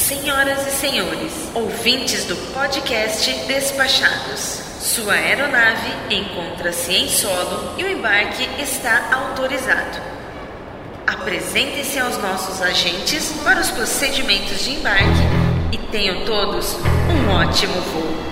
Senhoras e senhores, ouvintes do podcast Despachados, sua aeronave encontra-se em solo e o embarque está autorizado. Apresentem-se aos nossos agentes para os procedimentos de embarque e tenham todos um ótimo voo.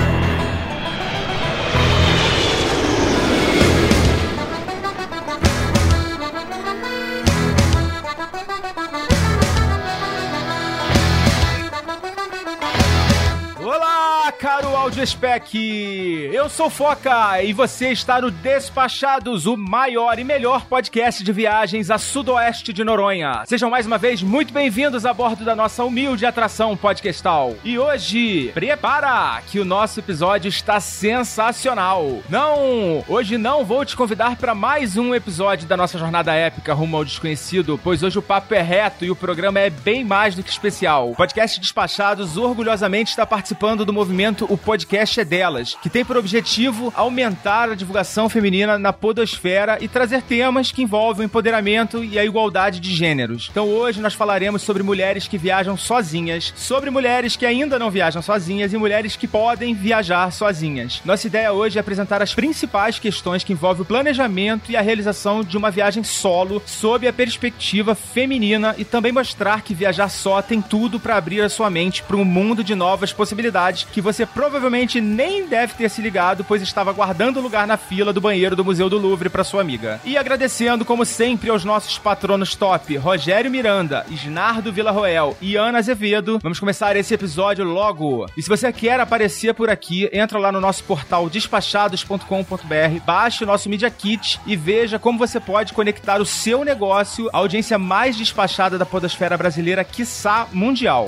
Caro Audiospec, eu sou Foca e você está no Despachados, o maior e melhor podcast de viagens a sudoeste de Noronha. Sejam mais uma vez muito bem-vindos a bordo da nossa humilde atração podcastal. E hoje, prepara que o nosso episódio está sensacional. Hoje não vou te convidar para mais um episódio da nossa jornada épica rumo ao desconhecido, pois hoje o papo é reto e o programa é bem mais do que especial. O podcast Despachados orgulhosamente está participando do movimento O Podcast é Delas, que tem por objetivo aumentar a divulgação feminina na podosfera e trazer temas que envolvem o empoderamento e a igualdade de gêneros. Então hoje nós falaremos sobre mulheres que viajam sozinhas, sobre mulheres que ainda não viajam sozinhas e mulheres que podem viajar sozinhas. Nossa ideia hoje é apresentar as principais questões que envolvem o planejamento e a realização de uma viagem solo sob a perspectiva feminina e também mostrar que viajar só tem tudo para abrir a sua mente para um mundo de novas possibilidades que você provavelmente nem deve ter se ligado, pois estava guardando lugar na fila do banheiro do Museu do Louvre para sua amiga. E agradecendo, como sempre, aos nossos patronos top, Rogério Miranda, Isnardo Villarroel e Ana Azevedo, vamos começar esse episódio logo. E se você quer aparecer por aqui, entra lá no nosso portal despachados.com.br, baixe o nosso Media Kit e veja como você pode conectar o seu negócio à audiência mais despachada da podosfera brasileira, quiçá mundial.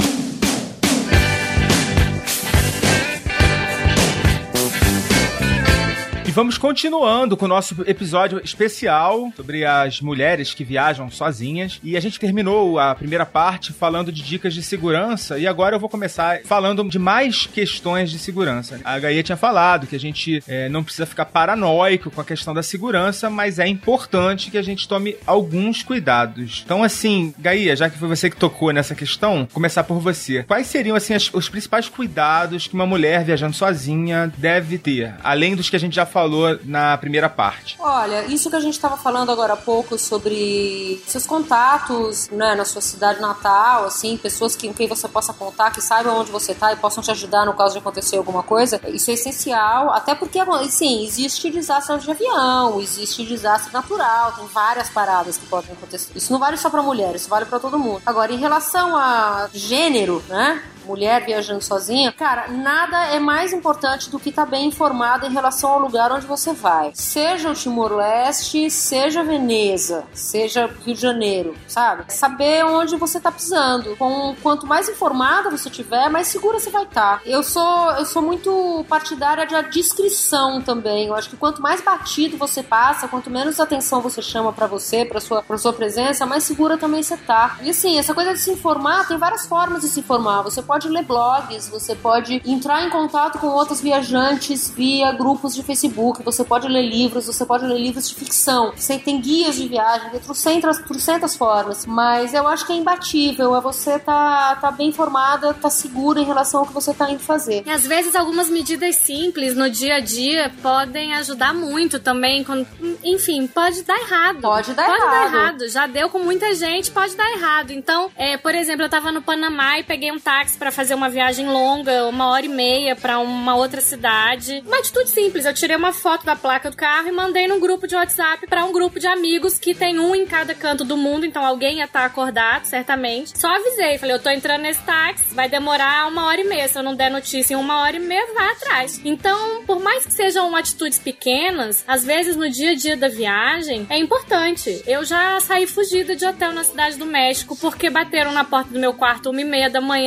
Vamos continuando com o nosso episódio especial sobre as mulheres que viajam sozinhas. E a gente terminou a primeira parte falando de dicas de segurança e agora eu vou começar falando de mais questões de segurança. A Gaia tinha falado que a gente não precisa ficar paranoico com a questão da segurança, mas é importante que a gente tome alguns cuidados. Então, assim, Gaia, já que foi você que tocou nessa questão, começar por você. Quais seriam, assim, os principais cuidados que uma mulher viajando sozinha deve ter, além dos que a gente já falou na primeira parte? Olha, isso que a gente estava falando agora há pouco sobre seus contatos, né, na sua cidade natal, assim, pessoas com quem você possa contar, que saibam onde você está e possam te ajudar no caso de acontecer alguma coisa, isso é essencial, até porque, assim, existe desastre de avião, existe desastre natural, tem várias paradas que podem acontecer. Isso não vale só para mulher, isso vale para todo mundo. Agora, em relação a gênero, né, mulher viajando sozinha, cara, nada é mais importante do que estar bem informada em relação ao lugar onde você vai. Seja o Timor-Leste, seja Veneza, seja Rio de Janeiro, sabe? Saber onde você tá pisando. Quanto mais informada você tiver, mais segura você vai estar. Eu sou muito partidária da discrição também. Eu acho que quanto mais batido você passa, quanto menos atenção você chama pra você, pra sua presença, mais segura também você tá. E assim, essa coisa de se informar, tem várias formas de se informar. Você pode ler blogs, você pode entrar em contato com outros viajantes via grupos de Facebook, você pode ler livros de ficção, você tem guias de viagem, de trocentas formas, mas eu acho que é imbatível, é você tá bem informada, tá segura em relação ao que você tá indo fazer. E às vezes algumas medidas simples no dia a dia podem ajudar muito também, enfim, pode dar errado. Pode dar errado. Já deu com muita gente, pode dar errado. Então, por exemplo, eu tava no Panamá e peguei um táxi pra fazer uma viagem longa, 1h30 pra uma outra cidade. Uma atitude simples, eu tirei uma foto da placa do carro e mandei num grupo de WhatsApp pra um grupo de amigos que tem um em cada canto do mundo, então alguém ia estar acordado, certamente. Só avisei, falei, eu tô entrando nesse táxi, vai demorar 1h30, se eu não der notícia em 1h30, vai atrás. Então, por mais que sejam atitudes pequenas, às vezes no dia a dia da viagem, é importante. Eu já saí fugida de hotel na Cidade do México porque bateram na porta do meu quarto 1h30 da manhã me ameaçando.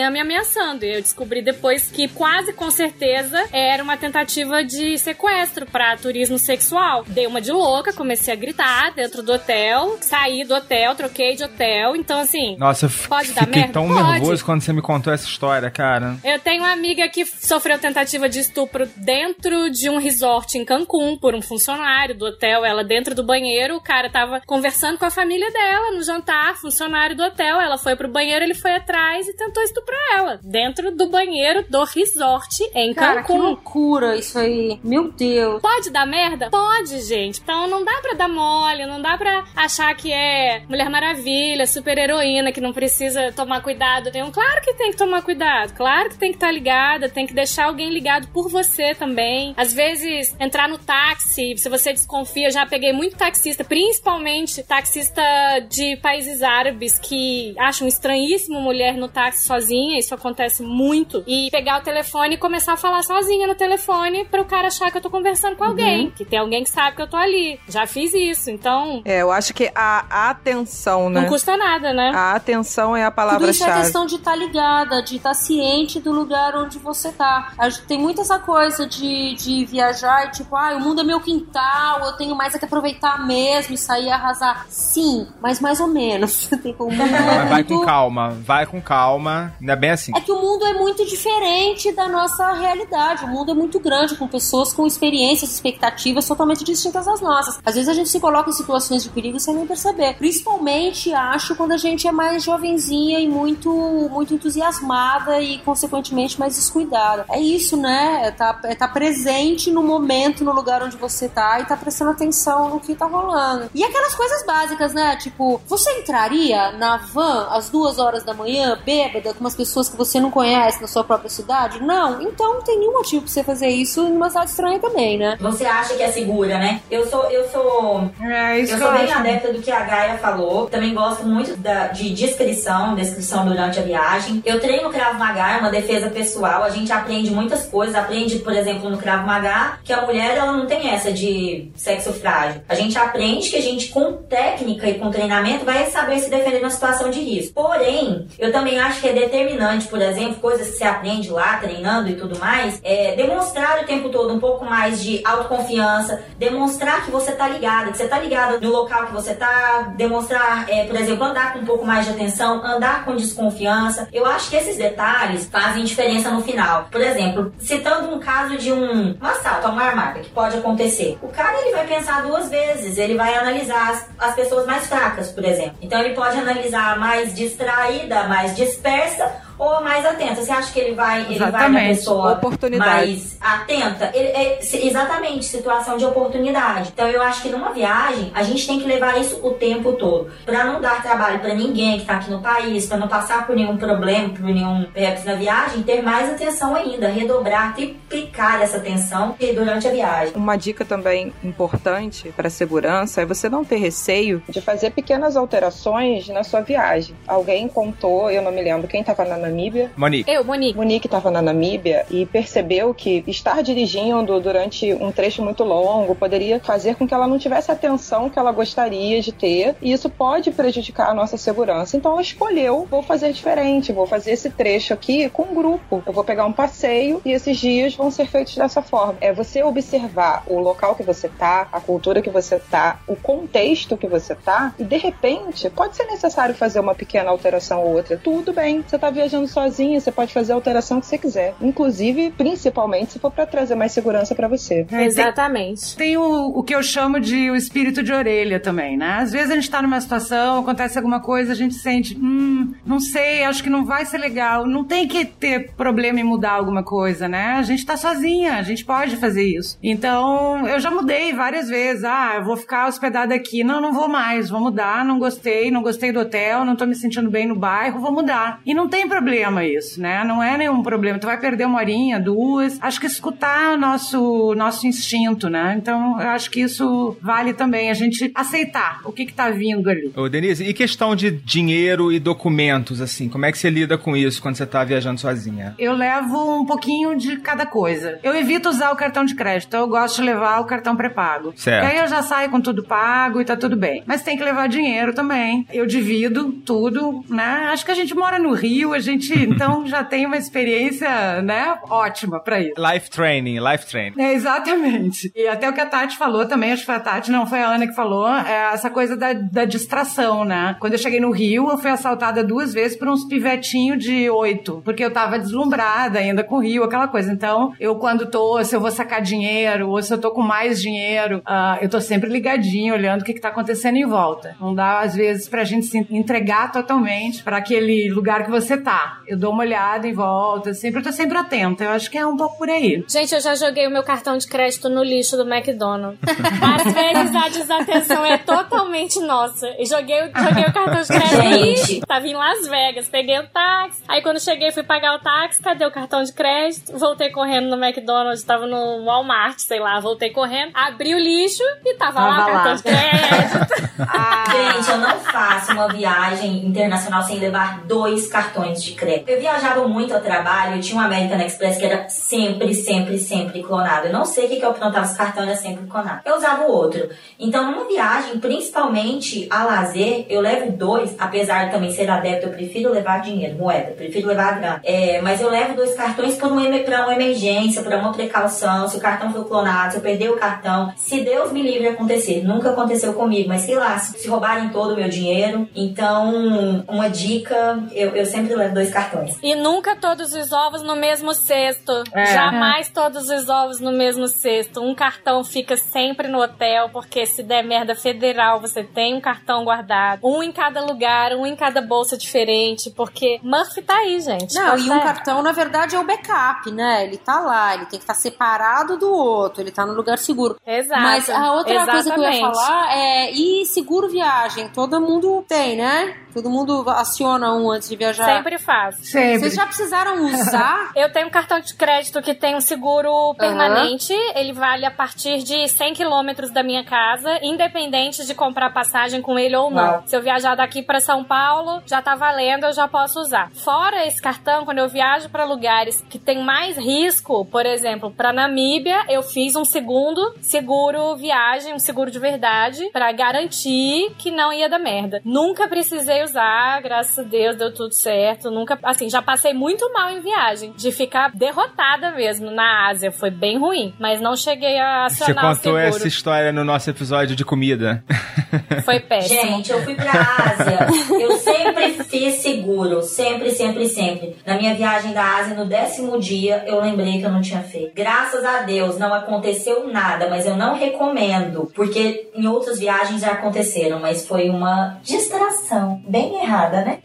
passando. E eu descobri depois que quase com certeza era uma tentativa de sequestro pra turismo sexual. Dei uma de louca, comecei a gritar dentro do hotel, saí do hotel, troquei de hotel. Então, assim, nossa, eu pode dar fiquei merda? tão nervoso quando você me contou essa história, cara. Eu tenho uma amiga que sofreu tentativa de estupro dentro de um resort em Cancún por um funcionário do hotel. Ela dentro do banheiro, o cara tava conversando com a família dela no jantar, funcionário do hotel. Ela foi pro banheiro, ele foi atrás e tentou estuprar ela. Dentro do banheiro do resort em Cara, Cancún. que loucura isso aí. Meu Deus. Pode dar merda? Pode, gente. Então não dá pra dar mole, não dá pra achar que é Mulher Maravilha, super heroína, que não precisa tomar cuidado nenhum. Claro que tem que tomar cuidado, claro que tem que estar ligada, tem que deixar alguém ligado por você também. Às vezes, entrar no táxi, se você desconfia, eu já peguei muito taxista, principalmente taxista de países árabes, que acham estranhíssimo mulher no táxi sozinha, isso acontece muito, e pegar o telefone e começar a falar sozinha no telefone para o cara achar que eu tô conversando com alguém, que tem alguém que sabe que eu tô ali. Já fiz isso, então... Eu acho que a atenção, né? Não custa nada, né? A atenção é a palavra-chave. Tudo isso é questão de estar ligada, de estar ciente do lugar onde você tá. Tem muito essa coisa de viajar e tipo, o mundo é meu quintal, eu tenho mais é que aproveitar mesmo e sair e arrasar. Sim, mas mais ou menos. Tipo, o mundo Mas vai com calma, não é bem assim. É que o mundo é muito diferente da nossa realidade. O mundo é muito grande, com pessoas com experiências, expectativas totalmente distintas das nossas. Às vezes a gente se coloca em situações de perigo sem nem perceber. Principalmente, acho, quando a gente é mais jovenzinha e muito, muito entusiasmada e, consequentemente, mais descuidada. É isso, né? Tá presente no momento, no lugar onde você tá e tá prestando atenção no que tá rolando. E aquelas coisas básicas, né? Tipo, você entraria na van às 2h da manhã, bêbada, com umas pessoas que você não conhece na sua própria cidade? Não. Então não tem nenhum motivo pra você fazer isso em uma cidade estranha também, né? Você acha que é segura, né? Eu sou bem adepta do que a Gaia falou. Também gosto muito de descrição durante a viagem. Eu treino Krav Maga, uma defesa pessoal. A gente aprende muitas coisas. Aprende, por exemplo, no Krav Maga, que a mulher, ela não tem essa de sexo frágil. A gente aprende que a gente, com técnica e com treinamento, vai saber se defender numa situação de risco. Porém, eu também acho que é determinante, por exemplo, coisas que você aprende lá, treinando e tudo mais, demonstrar o tempo todo um pouco mais de autoconfiança, demonstrar que você tá ligada, que você tá ligada no local que você tá, demonstrar, por exemplo, andar com um pouco mais de atenção, andar com desconfiança. Eu acho que esses detalhes fazem diferença no final. Por exemplo, citando um caso de um assalto a uma armada que pode acontecer, o cara, ele vai pensar 2 vezes, ele vai analisar as pessoas mais fracas, por exemplo. Então ele pode analisar mais distraída, mais dispersa ou mais atenta. Você acha que ele vai na pessoa mais atenta? Exatamente, situação de oportunidade. Então eu acho que numa viagem a gente tem que levar isso o tempo todo, pra não dar trabalho pra ninguém que tá aqui no país, pra não passar por nenhum problema, por nenhum percalço na viagem, ter mais atenção ainda, redobrar, triplicar essa atenção durante a viagem. Uma dica também importante para segurança é você não ter receio de fazer pequenas alterações na sua viagem. Alguém contou, eu não me lembro quem estava na Namíbia. Monique. Monique estava na Namíbia e percebeu que estar dirigindo durante um trecho muito longo poderia fazer com que ela não tivesse a atenção que ela gostaria de ter, e isso pode prejudicar a nossa segurança. Então ela escolheu, vou fazer diferente, vou fazer esse trecho aqui com um grupo. Eu vou pegar um passeio e esses dias vão ser feitos dessa forma. É você observar o local que você tá, a cultura que você tá, o contexto que você tá, e de repente pode ser necessário fazer uma pequena alteração ou outra. Tudo bem, você tá viajando sozinho, você pode fazer a alteração que você quiser. Inclusive, principalmente, se for pra trazer mais segurança pra você. Exatamente. Tem o que eu chamo de o espírito de orelha também, né? Às vezes a gente tá numa situação, acontece alguma coisa, a gente sente, não sei, acho que não vai ser legal. Não tem que ter problema em mudar alguma coisa, né? A gente tá sozinha, a gente pode fazer isso. Então, eu já mudei várias vezes. Eu vou ficar hospedada aqui. Não vou mais, vou mudar, não gostei do hotel, não tô me sentindo bem no bairro, vou mudar. E não tem problema isso, né? Não é nenhum problema. Tu vai perder 1 horinha, 2. Acho que escutar o nosso instinto, né? Então, eu acho que isso vale também, a gente aceitar o que tá vindo ali. Ô, Denise, e questão de dinheiro e documentos, assim, como é que você lida com isso quando você tá viajando sozinha? Eu levo um pouquinho de cada coisa. Eu evito usar o cartão de crédito, eu gosto de levar o cartão pré-pago. Certo. E aí eu já saio com tudo pago e tá tudo bem. Mas tem que levar dinheiro também. Eu divido tudo, né? Acho que a gente mora no Rio, gente, então, já tem uma experiência, né, ótima pra isso. Life training. É, exatamente. E até o que a Tati falou também, acho que foi a Tati, não, foi a Ana que falou, é essa coisa da distração, né? Quando eu cheguei no Rio, eu fui assaltada 2 vezes por uns pivetinhos de 8, porque eu tava deslumbrada ainda com o Rio, aquela coisa. Então, se eu vou sacar dinheiro, ou se eu tô com mais dinheiro, eu tô sempre ligadinho, olhando o que tá acontecendo em volta. Não dá, às vezes, pra gente se entregar totalmente pra aquele lugar que você tá. Eu dou uma olhada em volta, eu tô sempre atenta. Eu acho que é um pouco por aí. Gente, eu já joguei o meu cartão de crédito no lixo do McDonald's. Às vezes a desatenção é totalmente nossa. E joguei o cartão de crédito. Tava em Las Vegas, peguei o táxi. Aí quando cheguei, fui pagar o táxi. Cadê o cartão de crédito? Voltei correndo no McDonald's, tava no Walmart, sei lá. Voltei correndo, abri o lixo e tava lá o cartão de crédito. Gente, eu não faço uma viagem internacional sem levar 2 cartões de crédito. Eu viajava muito ao trabalho, eu tinha um American Express que era sempre clonado. Eu não sei o que eu aprontava, esse cartão era sempre clonado. Eu usava o outro. Então, numa viagem, principalmente a lazer, eu levo 2, apesar de também ser adepto, eu prefiro levar dinheiro, moeda, prefiro levar grana. Mas eu levo 2 cartões pra uma emergência, pra uma precaução, se o cartão for clonado, se eu perder o cartão, se Deus me livre acontecer. Nunca aconteceu comigo, mas sei lá, se roubarem todo o meu dinheiro. Então, uma dica, eu sempre levo 2 cartões. E nunca todos os ovos no mesmo cesto. Jamais todos os ovos no mesmo cesto. Um cartão fica sempre no hotel, porque se der merda federal, você tem um cartão guardado. Um em cada lugar, um em cada bolsa diferente, porque Murphy tá aí, gente. Não, e um cartão, na verdade, é o backup, né? Ele tá lá, ele tem que estar separado do outro, ele tá no lugar seguro. Exato. Mas a outra coisa que eu ia falar e seguro viagem, todo mundo tem, né? Todo mundo aciona um antes de viajar. Sempre faço. Sempre. Vocês já precisaram usar? Eu tenho um cartão de crédito que tem um seguro permanente. Ele vale a partir de 100 quilômetros da minha casa, independente de comprar passagem com ele ou não. Se eu viajar daqui pra São Paulo, já tá valendo, eu já posso usar. Fora esse cartão, quando eu viajo pra lugares que tem mais risco, por exemplo, pra Namíbia, eu fiz um segundo seguro viagem, um seguro de verdade, pra garantir que não ia dar merda. Nunca precisei usar, graças a Deus, deu tudo certo. Nunca, assim, já passei muito mal em viagem, de ficar derrotada mesmo na Ásia. Foi bem ruim, mas não cheguei a acionar o seguro. Você contou essa história no nosso episódio de comida. Foi péssimo. Gente, eu fui pra Ásia, eu sempre fiz seguro, sempre. Na minha viagem da Ásia, no 10º dia, eu lembrei que eu não tinha feito. Graças a Deus, não aconteceu nada, mas eu não recomendo, porque em outras viagens já aconteceram, mas foi uma distração bem errada, né?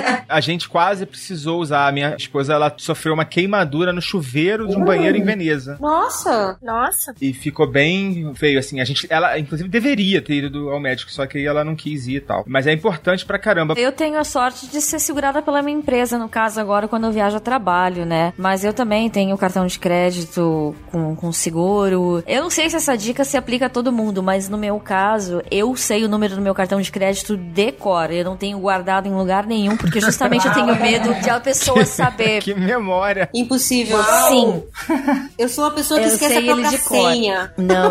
A gente quase precisou usar. A minha esposa, ela sofreu uma queimadura no chuveiro de um banheiro em Veneza. Nossa! E ficou bem feio, assim. Ela, inclusive, deveria ter ido ao médico, só que ela não quis ir e tal. Mas é importante pra caramba. Eu tenho a sorte de ser segurada pela minha empresa, no caso agora, quando eu viajo a trabalho, né? Mas eu também tenho cartão de crédito com seguro. Eu não sei se essa dica se aplica a todo mundo, mas no meu caso, eu sei o número do meu cartão de crédito de cor. Eu não tenho guardado em lugar nenhum, porque justamente eu tenho medo de a pessoa saber. Que memória! Impossível. Sim. Eu sou uma pessoa que esquece a própria senha.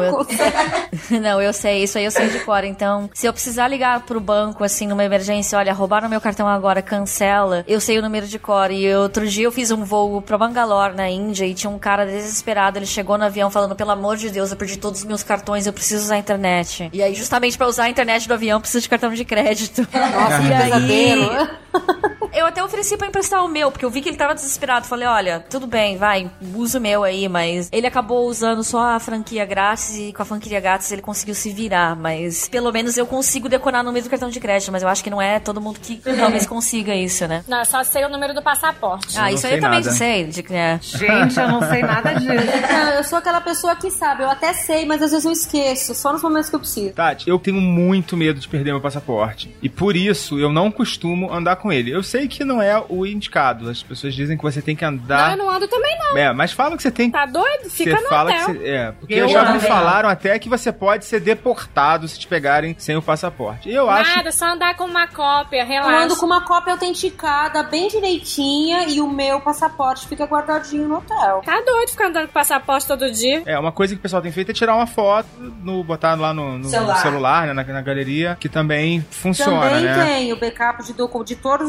Não, eu sei, isso aí eu sei de cor. Então, se eu precisar ligar pro banco, assim, numa emergência, olha, roubaram meu cartão agora, cancela, eu sei o número de cor. E outro dia eu fiz um voo pra Bangalore, na Índia, e tinha um cara desesperado, ele chegou no avião falando, pelo amor de Deus, eu perdi todos os meus cartões, eu preciso usar a internet. E aí, justamente pra usar a internet do avião, eu preciso de cartão de crédito. Nossa, e que pesadelo. Eu até ofereci pra emprestar o meu, porque eu vi que ele tava desesperado. Falei, olha, tudo bem, vai, usa o meu aí, mas ele acabou usando só a franquia grátis e com a franquia grátis ele conseguiu se virar, mas pelo menos eu consigo decorar o número do cartão de crédito, mas eu acho que não é todo mundo que talvez consiga isso, né? Não, só sei o número do passaporte. Isso aí eu também sei. Gente, eu não sei nada disso. Não, eu sou aquela pessoa que sabe, eu até sei, mas às vezes eu esqueço, só nos momentos que eu preciso. Tati, eu tenho muito medo de perder meu passaporte, e por isso eu não costumo andar com ele. Eu sei que não é o indicado, as pessoas dizem que você tem que andar... Não, eu não ando também não. Mas falam que você tem... Tá doido? Fica no hotel. Porque já me falaram até que você pode ser deportado se te pegarem sem o passaporte. Nada, só andar com uma cópia, relaxa. Eu ando com uma cópia autenticada, bem direitinha, e o meu passaporte fica guardadinho no hotel. Tá doido ficar andando com passaporte todo dia? Uma coisa que o pessoal tem feito é tirar uma foto, botar lá no celular, né, na galeria, que também funciona, também né? Também tem o backup de todos os documentos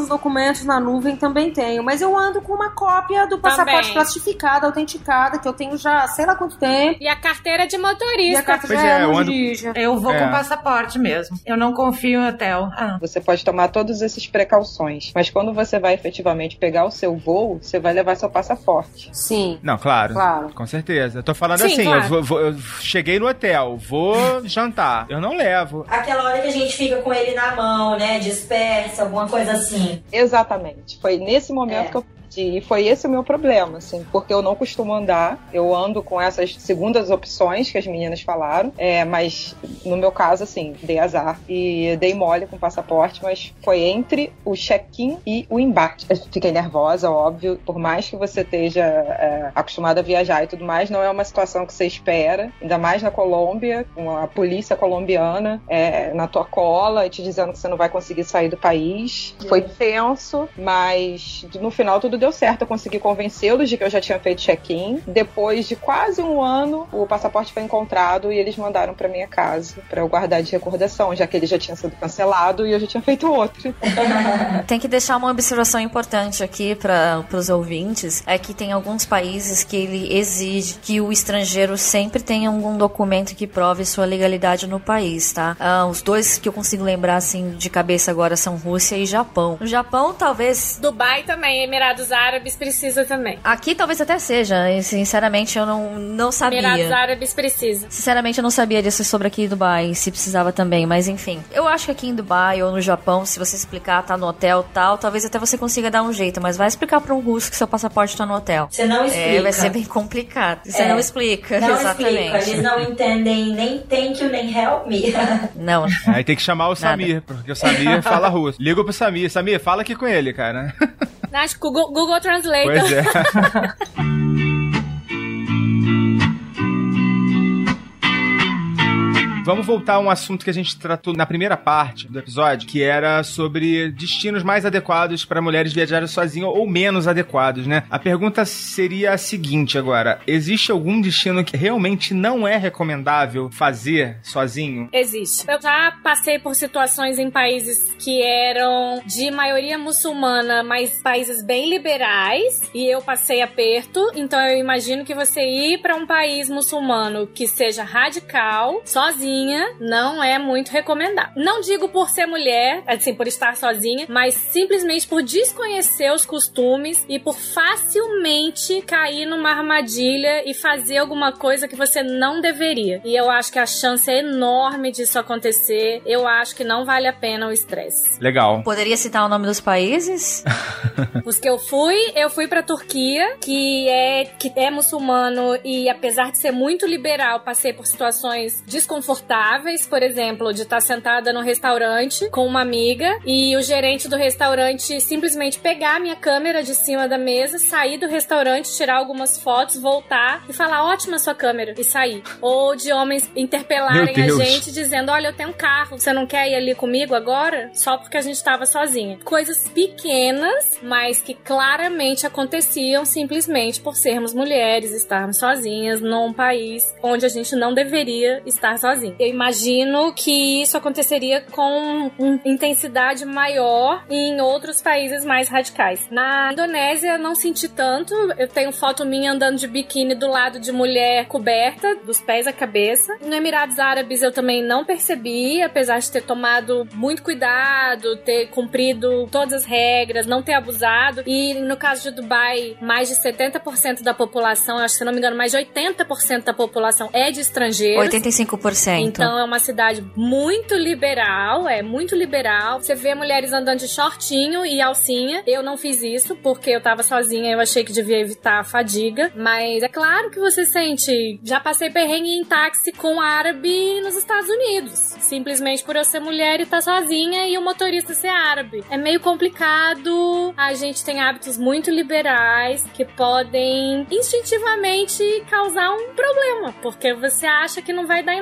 documentos na nuvem também tenho, mas eu ando com uma cópia do passaporte Também. plastificada, autenticada, que eu tenho já sei lá quanto tempo. E a carteira de E a motorista. carta Pois já é, eu não ando- dirige. Eu vou É. com passaporte mesmo. Eu não confio em hotel. Você pode tomar todas essas precauções, mas quando você vai efetivamente pegar o seu voo, você vai levar seu passaporte. Sim. Não, claro. Claro. Com certeza. Eu tô falando Sim, assim, claro. eu cheguei no hotel, vou jantar. Eu não levo. Aquela hora que a gente fica com ele na mão, né? Dispersa, alguma coisa assim. Exatamente. Foi nesse momento que eu perdi. E foi esse o meu problema, assim, porque eu não costumo andar. Eu ando com essas segundas opções que as meninas falaram. Mas no meu caso, assim, dei azar e dei mole com o passaporte, mas foi entre o check-in e o embarque. Eu fiquei nervosa, óbvio. Por mais que você esteja acostumado a viajar e tudo mais, não é uma situação que você espera. Ainda mais na Colômbia, com a polícia colombiana na tua cola e te dizendo que você não vai conseguir sair do país. Foi tenso, mas no final tudo deu certo. Eu consegui convencê-los de que eu já tinha feito check-in. Depois de quase um ano, o passaporte foi encontrado e eles mandaram pra minha casa pra eu guardar de recordação, já que ele já tinha sido cancelado e eu já tinha feito outro. Tem que deixar uma observação importante aqui para os ouvintes, é que tem alguns países que ele exige que o estrangeiro sempre tenha algum documento que prove sua legalidade no país, tá? Os dois que eu consigo lembrar, assim, de cabeça agora são Rússia e Japão. No Japão, talvez... Dubai também, Emirados Árabes precisa também. Aqui talvez até seja, e sinceramente eu não sabia. Emirados Árabes precisa. Sinceramente, eu não sabia disso sobre aqui em Dubai, se precisava também, mas enfim. Eu acho que aqui em Dubai ou no Japão, se você explicar, tá no hotel tal, talvez até você consiga dar um jeito, mas vai explicar pra um russo que seu passaporte tá no hotel. Você não explica. Vai ser bem complicado. Você não explica, Não exatamente. explica. Eles não entendem nem thank you, nem help me. Não. Aí tem que chamar o Samir, porque o Samir fala russo. Liga pro Samir. Samir, fala aqui com ele, cara. Acho que o Google Translate. Pois é. Vamos voltar a um assunto que a gente tratou na primeira parte do episódio, que era sobre destinos mais adequados para mulheres viajarem sozinhas ou menos adequados, né? A pergunta seria a seguinte agora: existe algum destino que realmente não é recomendável fazer sozinho? Existe. Eu já passei por situações em países que eram de maioria muçulmana, mas países bem liberais, e eu passei aperto. Então eu imagino que você ir para um país muçulmano que seja radical, sozinha, não é muito recomendado. Não digo por ser mulher, assim, por estar sozinha, mas simplesmente por desconhecer os costumes e por facilmente cair numa armadilha e fazer alguma coisa que você não deveria. E eu acho que a chance é enorme disso acontecer. Eu acho que não vale a pena o estresse. Legal. Poderia citar o nome dos países? Os que eu fui pra Turquia, que é muçulmano e apesar de ser muito liberal, passei por situações desconfortáveis, por exemplo, de estar sentada no restaurante com uma amiga e o gerente do restaurante simplesmente pegar a minha câmera de cima da mesa, sair do restaurante, tirar algumas fotos, voltar e falar, ótima sua câmera, e sair. Ou de homens interpelarem a gente dizendo, olha, eu tenho um carro, você não quer ir ali comigo agora? Só porque a gente tava sozinha. Coisas pequenas, mas que claramente aconteciam simplesmente por sermos mulheres, estarmos sozinhas num país onde a gente não deveria estar sozinha. Eu imagino que isso aconteceria com intensidade maior em outros países mais radicais. Na Indonésia, não senti tanto. Eu tenho foto minha andando de biquíni do lado de mulher coberta, dos pés à cabeça. No Emirados Árabes, eu também não percebi, apesar de ter tomado muito cuidado, ter cumprido todas as regras, não ter abusado. E no caso de Dubai, mais de 70% da população, eu acho que, se não me engano, mais de 80% da população é de estrangeiros. 85%. Então é uma cidade muito liberal, muito liberal. Você vê mulheres andando de shortinho e alcinha. Eu não fiz isso porque eu tava sozinha, eu achei que devia evitar a fadiga. Mas é claro que você sente. Já passei perrengue em táxi com árabe nos Estados Unidos. Simplesmente por eu ser mulher e estar sozinha e o motorista ser árabe. É meio complicado. A gente tem hábitos muito liberais que podem instintivamente causar um problema. Porque você acha que não vai dar em nada e dá.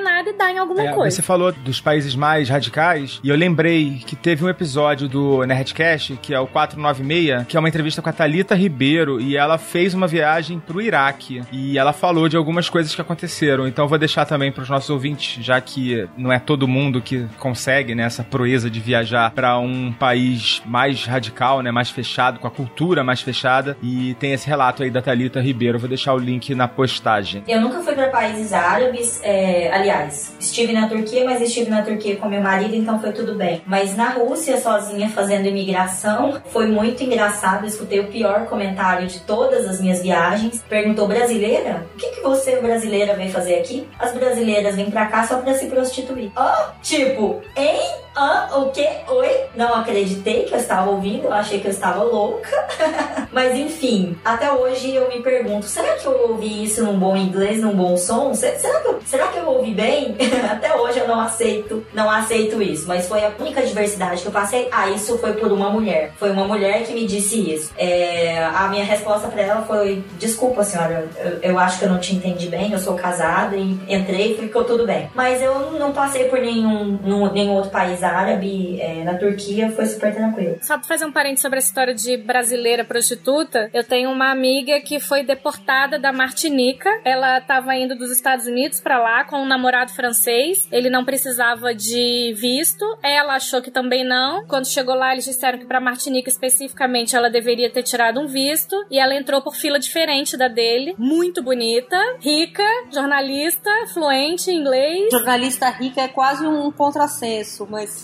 acreditar em alguma coisa. Você falou dos países mais radicais, e eu lembrei que teve um episódio do Nerdcast, que é o 496, que é uma entrevista com a Thalita Ribeiro, e ela fez uma viagem pro Iraque, e ela falou de algumas coisas que aconteceram. Então eu vou deixar também pros nossos ouvintes, já que não é todo mundo que consegue, né, essa proeza de viajar pra um país mais radical, né, mais fechado, com a cultura mais fechada, e tem esse relato aí da Thalita Ribeiro. Eu vou deixar o link na postagem. Eu nunca fui pra países árabes, aliás, estive na Turquia, mas estive na Turquia com meu marido, então foi tudo bem. Mas na Rússia, sozinha, fazendo imigração, foi muito engraçado. Eu escutei o pior comentário de todas as minhas viagens. Perguntou: brasileira? O que você, brasileira, veio fazer aqui? As brasileiras vêm pra cá só pra se prostituir. Tipo, hein? O quê? Oi? Não acreditei que eu estava ouvindo, eu achei que eu estava louca. Mas enfim, até hoje eu me pergunto, será que eu ouvi isso num bom inglês, num bom som? Será que eu ouvi bem? Até hoje eu não aceito isso. Mas foi a única diversidade que eu passei. Isso foi por uma mulher. Foi uma mulher que me disse isso. A minha resposta pra ela foi: desculpa, senhora, eu acho que eu não te entendi bem, eu sou casada, e entrei e ficou tudo bem. Mas eu não passei por nenhum outro país árabe. Na Turquia foi super tranquilo. Só pra fazer um parênteses sobre a história de brasileira prostituta, eu tenho uma amiga que foi deportada da Martinica. Ela tava indo dos Estados Unidos pra lá com um namorado francês. Ele não precisava de visto. Ela achou que também não. Quando chegou lá, eles disseram que pra Martinica especificamente ela deveria ter tirado um visto. E ela entrou por fila diferente da dele. Muito bonita, rica, jornalista, fluente em inglês. Jornalista rica é quase um contrassenso, mas...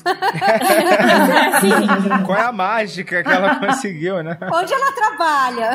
Qual é a mágica que ela conseguiu, né? Onde ela trabalha?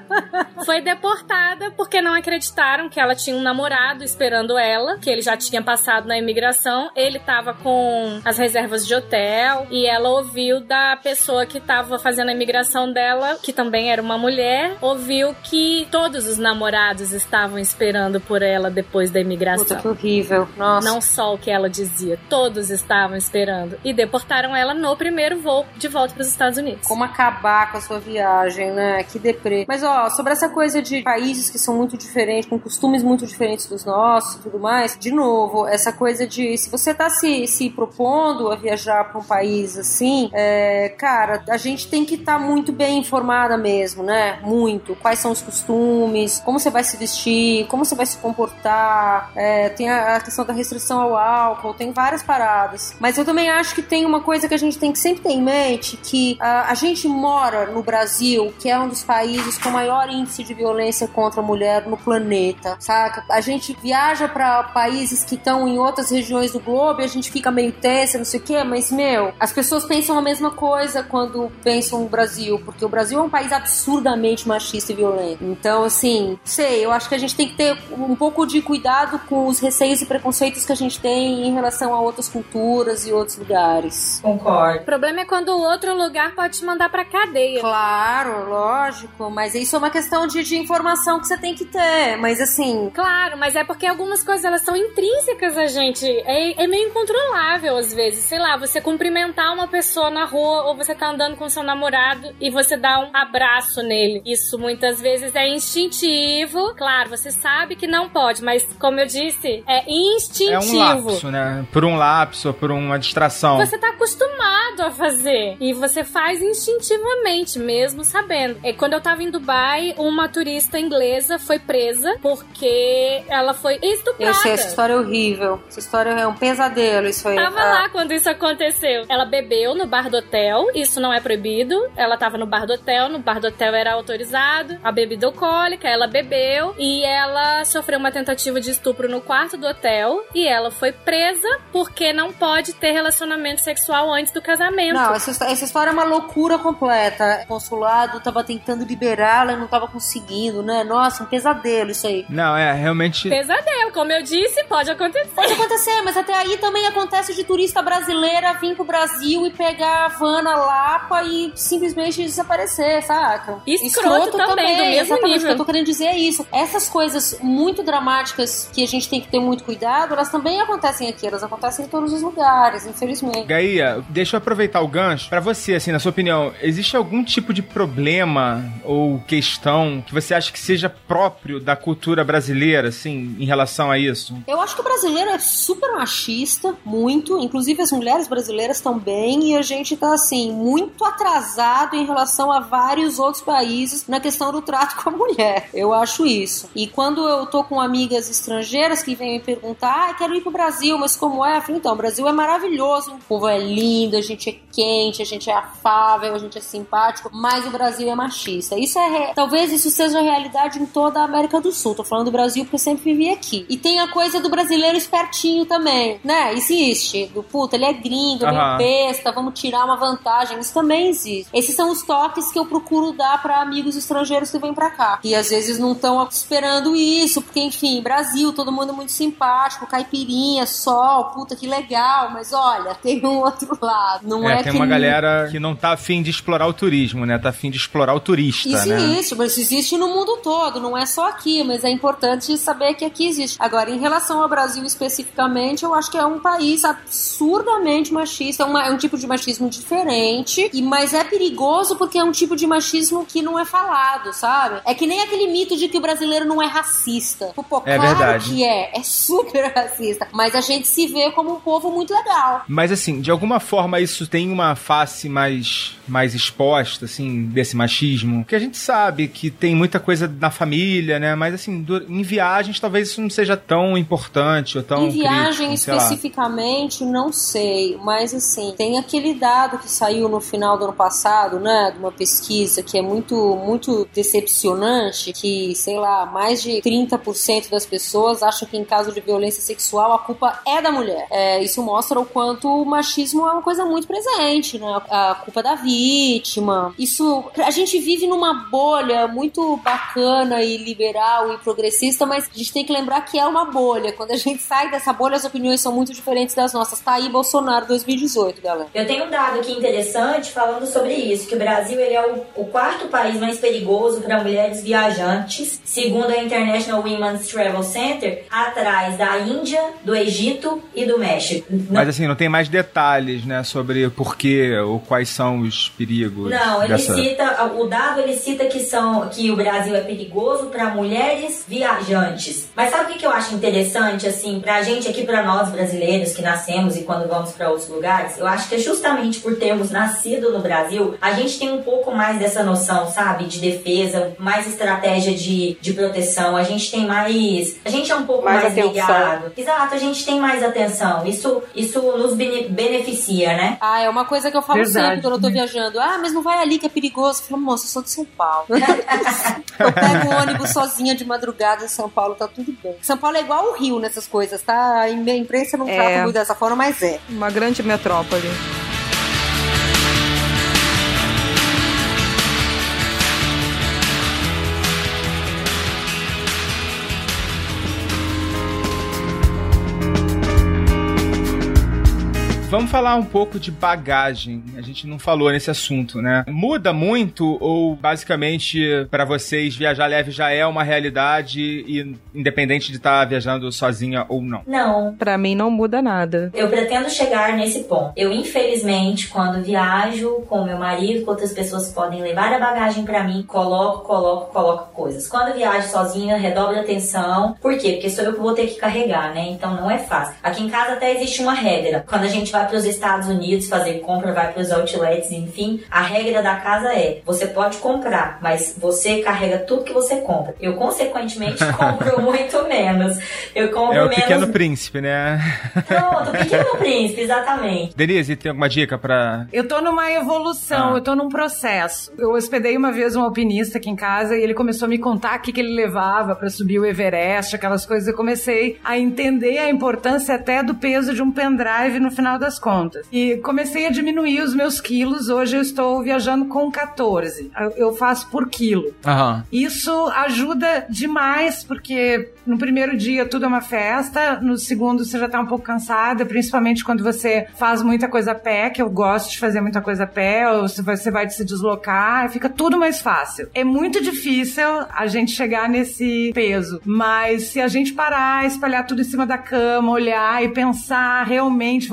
Foi deportada porque não acreditaram que ela tinha um namorado esperando ela, que ele já tinha passado na imigração. Ele tava com as reservas de hotel e ela ouviu da pessoa que tava fazendo a imigração dela, que também era uma mulher, ouviu que todos os namorados estavam esperando por ela depois da imigração. Puta, que horrível. Nossa. Não só o que ela dizia, todos estavam esperando. E deportaram ela no primeiro voo de volta para os Estados Unidos. Como acabar com a sua viagem, né? Que deprê. Mas, sobre essa coisa de países que são muito diferentes, com costumes muito diferentes dos nossos e tudo mais, de novo, essa coisa de, se você tá se propondo a viajar para um país assim, cara, a gente tem que estar muito bem informada mesmo, né? Muito. Quais são os costumes, como você vai se vestir, como você vai se comportar, tem a questão da restrição ao álcool, tem várias paradas. Mas eu também acho que tem uma coisa que a gente tem que sempre ter em mente, que a gente mora no Brasil, que é um dos países com maior índice de violência contra a mulher no planeta, saca? A gente viaja pra países que estão em outras regiões do globo e a gente fica meio tensa, não sei o quê, mas, as pessoas pensam a mesma coisa quando pensam no Brasil, porque o Brasil é um país absurdamente machista e violento. Então, assim, eu acho que a gente tem que ter um pouco de cuidado com os receios e preconceitos que a gente tem em relação a outras culturas e outros lugares. Concordo. O problema é quando o outro lugar pode te mandar pra cadeia. Claro, lógico, mas isso é uma questão de informação que você tem que ter, mas assim... Claro, mas é porque algumas coisas, elas são intrínsecas a gente, é meio incontrolável às vezes, sei lá, você cumprimentar uma pessoa na rua ou você tá andando com seu namorado e você dá um abraço nele, isso muitas vezes é instintivo, claro, você sabe que não pode, mas como eu disse, é instintivo. É um lapso, né? Por um lapso, por uma distração. Você tá acostumado a fazer e você faz instintivamente, mesmo sabendo. Quando eu tava em Dubai, uma turista inglesa foi presa porque ela foi estuprada. Eu sei, essa história é horrível. Essa história é um pesadelo, isso aí. Tava lá quando isso aconteceu. Ela bebeu no bar do hotel, isso não é proibido. Ela tava no bar do hotel era autorizado, a bebida alcoólica, ela bebeu e ela sofreu uma tentativa de estupro no quarto do hotel e ela foi presa porque não pode ter relacionamento sexual antes do casamento. Não, essa história é uma loucura completa. O consulado tava tentando liberá-la e não tava conseguindo, né? Nossa, um pesadelo isso aí. Não, realmente... Pesadelo, como eu disse, pode acontecer. Pode acontecer, mas até aí também acontece de turista brasileira vir pro Brasil e pegar a van na Lapa e simplesmente desaparecer, saca? Escroto também, do mesmo exatamente, nível. O que eu tô querendo dizer é isso. Essas coisas muito dramáticas que a gente tem que ter muito cuidado, elas também acontecem aqui, elas acontecem em todos os lugares, infelizmente. Gaia, deixa eu aproveitar o gancho, pra você, assim, na sua opinião, existe algum tipo de problema ou questão que você acha que seja próprio da cultura brasileira, assim, em relação a isso? Eu acho que o brasileiro é super machista, muito, inclusive as mulheres brasileiras também, e a gente tá, assim, muito atrasado em relação a vários outros países na questão do trato com a mulher. Eu acho isso. E quando eu tô com amigas estrangeiras que vêm me perguntar, quero ir pro Brasil, mas como é? Eu falo, então, o Brasil é maravilhoso, o povo é lindo, a gente é quente, a gente é afável, a gente é simpático, mas o Brasil é machista. Isso talvez isso seja a realidade em toda a América do Sul. Tô falando do Brasil porque eu sempre vivi aqui. E tem a coisa do brasileiro espertinho também, né? Existe. Do puta, ele é gringo, meio besta, vamos tirar uma vantagem. Isso também existe. Esses são os toques que eu procuro dar pra amigos estrangeiros que vêm pra cá. E às vezes não estão esperando isso, porque enfim, Brasil, todo mundo muito simpático, caipirinha, sol, puta que legal, mas olha, tem um outro lado. Não é tem que uma galera que não tá afim de explorar o turismo, né? Tá afim de explorar o turista, isso né? Existe, mas existe no mundo todo, não é só aqui, mas é importante saber que aqui existe. Agora, em relação ao Brasil especificamente, eu acho que é um país absurdamente machista, é um tipo de machismo diferente, mas é perigoso porque é um tipo de machismo que não é falado, sabe? É que nem aquele mito de que o brasileiro não é racista. Pô, claro verdade. Que é super racista, mas a gente se vê como um povo muito legal. Mas assim, de alguma forma isso tem uma face mais exposta, assim, desse machismo, porque a gente sabe que tem muita coisa na família, né, mas assim, em viagens talvez isso não seja tão importante ou tão em viagem crítico, especificamente, não sei, mas assim, tem aquele dado que saiu no final do ano passado, né, de uma pesquisa que é muito, muito decepcionante, que, sei lá, mais de 30% das pessoas acham que em caso de violência sexual a culpa é da mulher. Isso mostra o quanto o machismo é uma coisa muito presente, né, a culpa da vítima. Isso, a gente vive numa bolha muito bacana e liberal e progressista, mas a gente tem que lembrar que é uma bolha. Quando a gente sai dessa bolha, as opiniões são muito diferentes das nossas. Tá aí Bolsonaro 2018, galera. Eu tenho um dado aqui interessante falando sobre isso, que o Brasil ele é o quarto país mais perigoso para mulheres viajantes, segundo a International Women's Travel Center, atrás da Índia, do Egito e do México. Mas assim, não tem mais detalhes, né, sobre por quê ou quais são os perigos. Não, ele cita, o dado ele cita que o Brasil é perigoso para mulheres viajantes. Mas sabe o que eu acho interessante, assim, pra gente aqui, pra nós brasileiros que nascemos e quando vamos pra outros lugares? Eu acho que é justamente por termos nascido no Brasil, a gente tem um pouco mais dessa noção, sabe, de defesa, mais estratégia de proteção, a gente tem mais... A gente é um pouco mais ligado. Exato, a gente tem mais atenção. Isso nos beneficia, né? É uma coisa que eu falo sempre quando eu tô viajando. Mas não vai ali que é perigoso. Eu falo, moça, eu sou de São Paulo. Eu pego um ônibus sozinha de madrugada em São Paulo, tá tudo bem. São Paulo é igual o Rio nessas coisas, tá? A imprensa não trata muito dessa forma, mas é. Uma grande metrópole. Vamos falar um pouco de bagagem. A gente não falou nesse assunto, né? Muda muito ou, basicamente, pra vocês, viajar leve já é uma realidade e independente de estar viajando sozinha ou não? Não. Pra mim não muda nada. Eu pretendo chegar nesse ponto. Eu, infelizmente, quando viajo com meu marido, com outras pessoas podem levar a bagagem pra mim, coloco coisas. Quando eu viajo sozinha, redobro a atenção. Por quê? Porque sou eu que vou ter que carregar, né? Então não é fácil. Aqui em casa até existe uma regra. Quando a gente vai para os Estados Unidos fazer compra, vai para os outlets, enfim, a regra da casa é, você pode comprar, mas você carrega tudo que você compra. Eu, consequentemente, compro muito menos. Eu compro menos... É o Pequeno Príncipe, né? Pronto, o Pequeno Príncipe, exatamente. Denise, tem alguma dica pra... Eu tô numa evolução, eu tô num processo. Eu hospedei uma vez um alpinista aqui em casa e ele começou a me contar o que ele levava pra subir o Everest, aquelas coisas. Eu comecei a entender a importância até do peso de um pendrive no final das contas. E comecei a diminuir os meus quilos. Hoje eu estou viajando com 14. Eu faço por quilo. Isso ajuda demais, porque no primeiro dia tudo é uma festa, no segundo você já tá um pouco cansada, principalmente quando você faz muita coisa a pé, que eu gosto de fazer muita coisa a pé, ou se você vai se deslocar, fica tudo mais fácil. É muito difícil a gente chegar nesse peso, mas se a gente parar, espalhar tudo em cima da cama, olhar e pensar, realmente vou precisar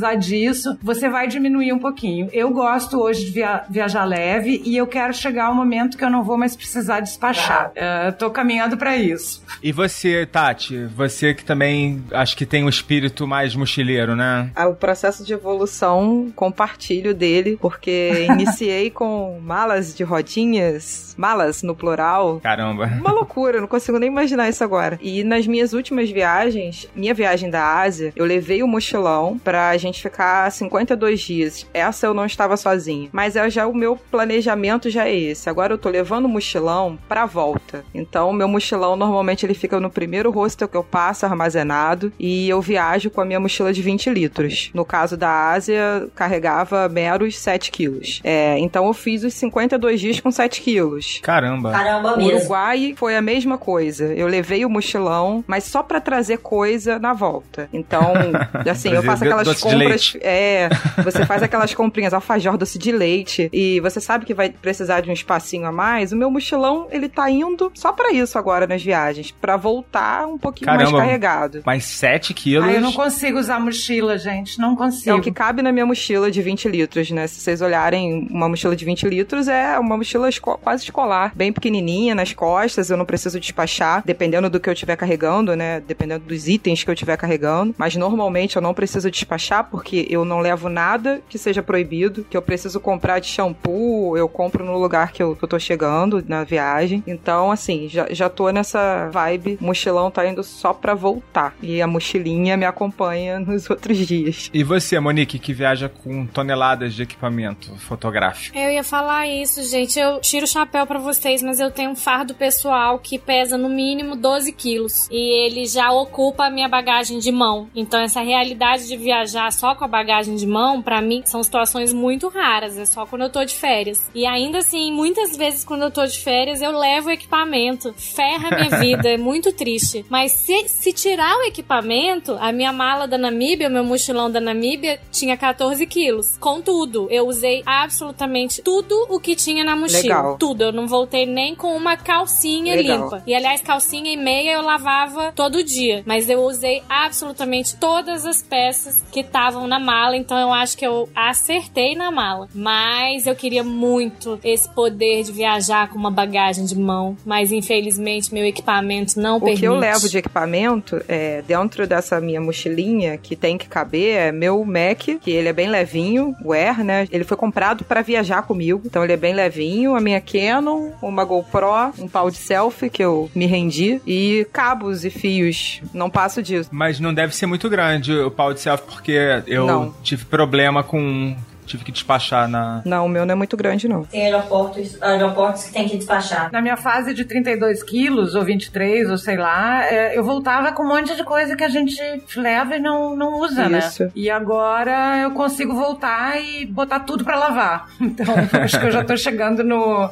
precisar disso, você vai diminuir um pouquinho. Eu gosto hoje de viajar leve e eu quero chegar ao momento que eu não vou mais precisar despachar. Tô caminhando pra isso. E você, Tati? Você que também acho que tem um espírito mais mochileiro, né? O processo de evolução, compartilho dele, porque iniciei com malas de rodinhas, malas no plural. Caramba. Uma loucura, não consigo nem imaginar isso agora. E nas minhas últimas viagens, minha viagem da Ásia, eu levei o mochilão pra gente ficar 52 dias. Essa eu não estava sozinha. Mas o meu planejamento já é esse. Agora eu tô levando o mochilão pra volta. Então, o meu mochilão, normalmente, ele fica no primeiro hostel que eu passo armazenado e eu viajo com a minha mochila de 20 litros. No caso da Ásia, carregava meros 7 quilos. Então, eu fiz os 52 dias com 7 quilos. Caramba. Caramba O mesmo. Uruguai foi a mesma coisa. Eu levei o mochilão, mas só pra trazer coisa na volta. Então, assim, eu faço aquelas compras... Você faz aquelas comprinhas, alfajor, doce de leite, e você sabe que vai precisar de um espacinho a mais. O meu mochilão, ele tá indo só pra isso agora nas viagens, pra voltar um pouquinho mais carregado. Mas 7 quilos... eu não consigo usar mochila, gente, não consigo. É o que cabe na minha mochila de 20 litros, né? Se vocês olharem, uma mochila de 20 litros é uma mochila quase escolar, bem pequenininha nas costas, eu não preciso despachar, dependendo do que eu estiver carregando, né? Dependendo dos itens que eu estiver carregando, mas normalmente eu não preciso despachar porque eu não levo nada que seja proibido, que eu preciso comprar de shampoo, eu compro no lugar que eu tô chegando na viagem. Então, assim, já tô nessa vibe, o mochilão tá indo só pra voltar, e a mochilinha me acompanha nos outros dias. E você, Monique, que viaja com toneladas de equipamento fotográfico? Eu ia falar isso, gente. Eu tiro o chapéu pra vocês, mas eu tenho um fardo pessoal que pesa no mínimo 12 quilos. E ele já ocupa a minha bagagem de mão. Então essa realidade de viajar só com a bagagem de mão, pra mim, são situações muito raras. É só quando eu tô de férias. E ainda assim, muitas vezes quando eu tô de férias, eu levo o equipamento. Ferra a minha vida, é muito triste. Mas se tirar o equipamento, a minha mala da Namíbia, o meu mochilão da Namíbia, tinha 14 quilos. Contudo, eu usei absolutamente tudo o que tinha na mochila. Legal. Tudo. Eu não voltei nem com uma calcinha limpa. E, aliás, calcinha e meia eu lavava todo dia. Mas eu usei absolutamente todas as peças que estavam na mala. Então, eu acho que eu acertei na mala. Mas eu queria muito esse poder de viajar com uma bagagem de mão. Mas, infelizmente, meu equipamento não permite. O que eu levo de equipamento, dentro dessa minha mochilinha, que tem que caber, é meu Mac, que ele é bem levinho, o Air, né? Ele foi comprado pra viajar comigo. Então, ele é bem levinho. A minha Canon, uma GoPro, um pau de selfie, que eu me rendi, e cabos e fios. Não passo disso. Mas não deve ser muito grande o pau de selfie, porque eu tive problema com... Tive que despachar na... Não, o meu não é muito grande, não. Tem aeroportos que tem que despachar. Na minha fase de 32 quilos, ou 23, ou sei lá, eu voltava com um monte de coisa que a gente leva e não usa, Isso. né? E agora eu consigo voltar e botar tudo pra lavar. Então, acho que eu já tô chegando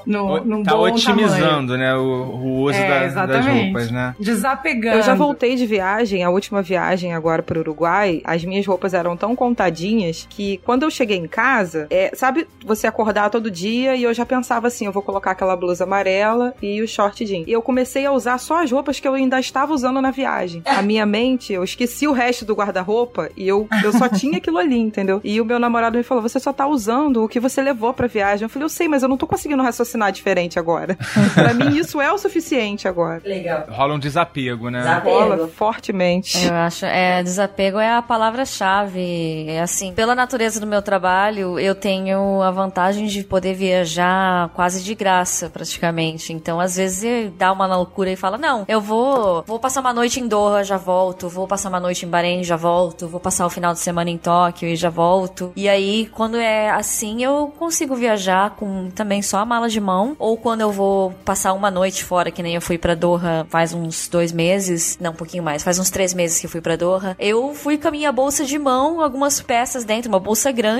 num tá bom otimizando, tamanho. né, o uso das roupas, né? Desapegando. Eu já voltei de viagem, a última viagem agora pro Uruguai, as minhas roupas eram tão contadinhas que quando eu cheguei em casa, sabe, você acordar todo dia e eu já pensava assim, eu vou colocar aquela blusa amarela e o short jeans. E eu comecei a usar só as roupas que eu ainda estava usando na viagem. A minha mente, eu esqueci o resto do guarda-roupa e eu só tinha aquilo ali, entendeu? E o meu namorado me falou, você só tá usando o que você levou pra viagem. Eu falei, eu sei, mas eu não tô conseguindo raciocinar diferente agora. Pra mim, isso é o suficiente agora. Legal. Rola um desapego, né? Rola fortemente. Eu acho, desapego é a palavra-chave. É assim, pela natureza do meu trabalho, eu tenho a vantagem de poder viajar quase de graça, praticamente. Então, às vezes, dá uma loucura e fala, não, eu vou passar uma noite em Doha, já volto, vou passar uma noite em Bahrein, já volto, vou passar o final de semana em Tóquio e já volto. E aí, quando é assim, eu consigo viajar com também só a mala de mão, ou quando eu vou passar uma noite fora, que nem eu fui pra Doha faz uns 2 meses, não, um pouquinho mais, faz uns 3 meses que eu fui pra Doha, eu fui com a minha bolsa de mão, algumas peças dentro, uma bolsa grande, mas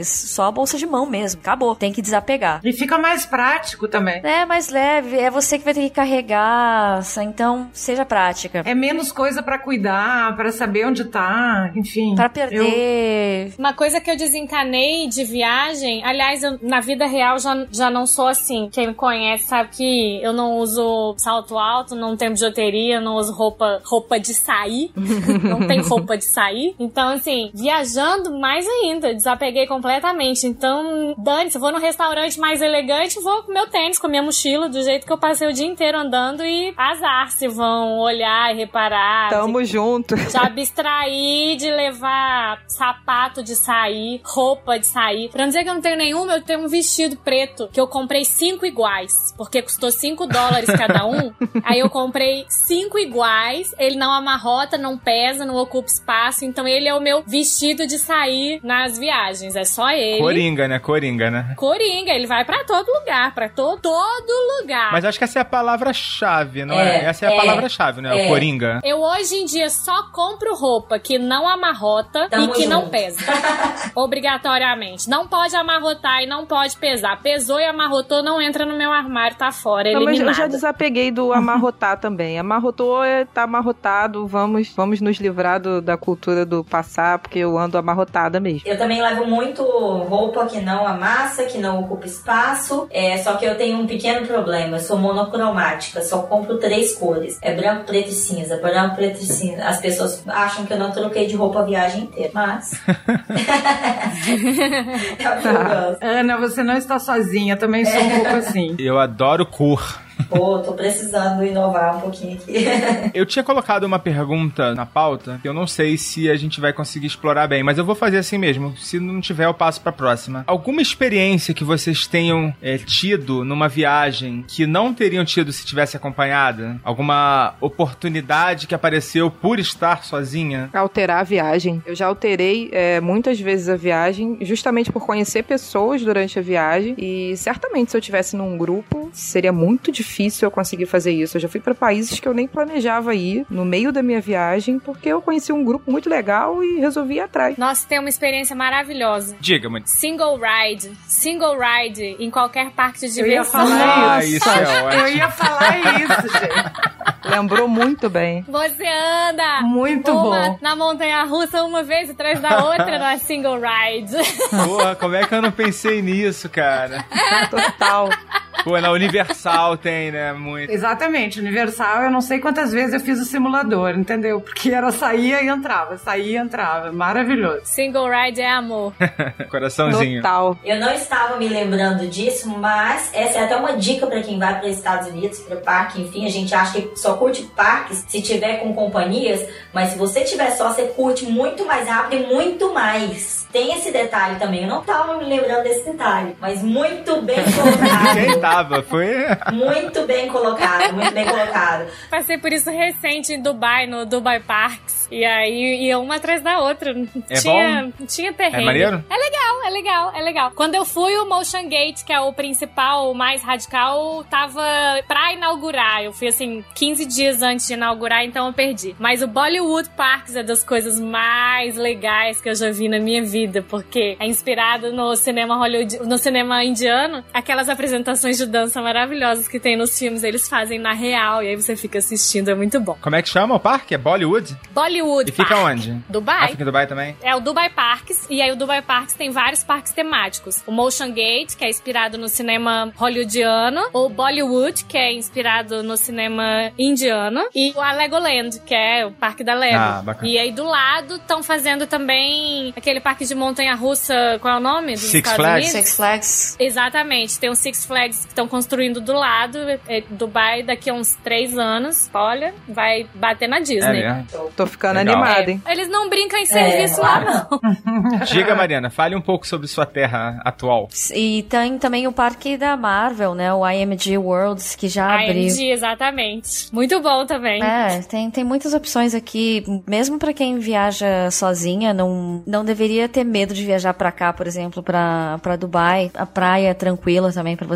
mas só a bolsa de mão mesmo. Acabou. Tem que desapegar. E fica mais prático também. É mais leve, é você que vai ter que carregar, então seja prática. É menos coisa pra cuidar, pra saber onde tá, enfim. Pra perder. Uma coisa que eu desencanei de viagem, aliás, eu, na vida real já não sou assim. Quem me conhece sabe que eu não uso salto alto, não tenho bijuteria, não uso roupa de sair. Não tem roupa de sair. Então, assim, viajando mais ainda, desapeguei completamente. Então, dane-se, eu vou num restaurante mais elegante, vou com meu tênis, com minha mochila, do jeito que eu passei o dia inteiro andando e azar se vão olhar e reparar. Tamo junto. Já abstrair de levar sapato de sair, roupa de sair. Pra não dizer que eu não tenho nenhuma, eu tenho um vestido preto que eu comprei 5 iguais, porque custou $5 cada um. Aí eu comprei 5 iguais, ele não amarrota, não pesa, não ocupa espaço, então ele é o meu vestido de sair nas viagens, é só ele. Coringa, né? Coringa, ele vai pra todo lugar, pra todo lugar. Mas acho que essa é a palavra-chave, não é? Essa é a palavra-chave, né? O Coringa. Eu hoje em dia só compro roupa que não amarrota e que não pesa. Obrigatoriamente. Não pode amarrotar e não pode pesar. Pesou e amarrotou, não entra no meu armário, tá fora, eliminado. Mas eu já desapeguei do amarrotar também. Amarrotou, tá amarrotado, vamos nos livrar da cultura do passar, porque eu ando amarrotada mesmo. Eu também levo muito roupa que não amassa, que não ocupa espaço, só que eu tenho um pequeno problema, eu sou monocromática, só compro 3 cores, é branco, preto e cinza, branco, preto e cinza. As pessoas acham que eu não troquei de roupa a viagem inteira, mas... Ana, você não está sozinha, também sou um pouco assim. Eu adoro cor. Pô, tô precisando inovar um pouquinho aqui. Eu tinha colocado uma pergunta na pauta, que eu não sei se a gente vai conseguir explorar bem, mas eu vou fazer assim mesmo. Se não tiver, eu passo pra próxima. Alguma experiência que vocês tenham tido numa viagem que não teriam tido se tivesse acompanhada? Alguma oportunidade que apareceu por estar sozinha? Alterar a viagem. Eu já alterei muitas vezes a viagem, justamente por conhecer pessoas durante a viagem, e certamente se eu tivesse num grupo, seria muito difícil eu conseguir fazer isso. Eu já fui pra países que eu nem planejava ir no meio da minha viagem, porque eu conheci um grupo muito legal e resolvi ir atrás. Nossa, tem uma experiência maravilhosa. Diga-me. Single ride em qualquer parque de diversão. Eu ia falar isso, gente. Lembrou muito bem. Você anda muito bom na montanha-russa uma vez atrás da outra na single ride. Porra, como é que eu não pensei nisso, cara? Total. Pô, na Universal tem, né? Muito. Exatamente. Universal, eu não sei quantas vezes eu fiz o simulador, entendeu? Porque era saía e entrava. Maravilhoso. Single ride é amor. Coraçãozinho. Total. Eu não estava me lembrando disso, mas essa é até uma dica pra quem vai para os Estados Unidos, para parque, enfim. A gente acha que só curte parques se tiver com companhias, mas se você tiver só, você curte muito mais rápido e muito mais. Tem esse detalhe também. Eu não estava me lembrando desse detalhe, mas muito bem colocado. Quem tava? Foi... Muito bem colocado, muito bem colocado. Passei por isso recente em Dubai, no Dubai Parks. E aí ia uma atrás da outra. Tinha terreno. É maneiro? É legal. Quando eu fui, o Motion Gate, que é o principal, o mais radical, tava pra inaugurar. Eu fui assim, 15 dias antes de inaugurar, então eu perdi. Mas o Bollywood Parks é das coisas mais legais que eu já vi na minha vida, porque é inspirado no cinema no cinema indiano. Aquelas apresentações de dança maravilhosas que tem nos filmes, eles fazem na real, e aí você fica assistindo, é muito bom. Como é que chama o parque? É Bollywood? Bollywood E fica Park. onde? Dubai. Fica em Dubai também? É o Dubai Parks, e aí o Dubai Parks tem vários parques temáticos. O Motion Gate, que é inspirado no cinema hollywoodiano, o Bollywood, que é inspirado no cinema indiano, e a Legoland, que é o parque da Lego. Ah, bacana. E aí do lado estão fazendo também aquele parque de montanha-russa, qual é o nome? Dos Six Estados Flags. Unidos? Six Flags. Exatamente, tem o Six Flags que estão construindo do lado. Dubai, daqui a uns 3 anos, olha, vai bater na Disney. É mesmo? Tô ficando Legal. animada, hein? Eles não brincam em serviço lá, não. Diga, Mariana, fale um pouco sobre sua terra atual. E tem também o parque da Marvel, né? O IMG Worlds, que já abriu. IMG, exatamente. Muito bom também. Tem muitas opções aqui. Mesmo pra quem viaja sozinha, não deveria ter medo de viajar pra cá, por exemplo, pra Dubai. A praia é tranquila também pra você ir,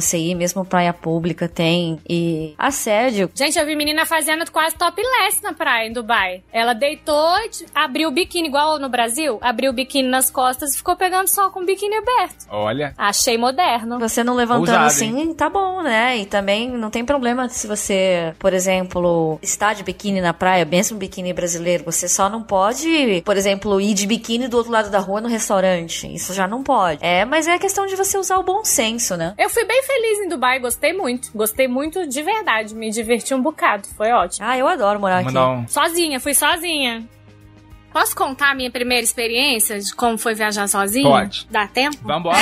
mesmo praia pública tem. E assédio. Gente, eu vi menina fazendo quase topless na praia em Dubai. Ela deitou, abriu o biquíni igual no Brasil, abriu o biquíni nas costas e ficou pegando sol com o biquíni aberto. Olha. Achei moderno. Você não levantando Ousado, assim, hein? tá bom, né? E também não tem problema se você, por exemplo, está de biquíni na praia, mesmo biquíni brasileiro, você só não pode, por exemplo, ir de biquíni do outro lado da rua no restaurante. Isso já não pode. Mas é questão de você usar o bom senso, né? Eu fui bem feliz em Dubai, gostei muito de verdade, me diverti um bocado, foi ótimo. Eu adoro morar aqui. Sozinha, fui sozinha. Posso contar a minha primeira experiência de como foi viajar sozinha? Pode. Dá tempo? Vambora.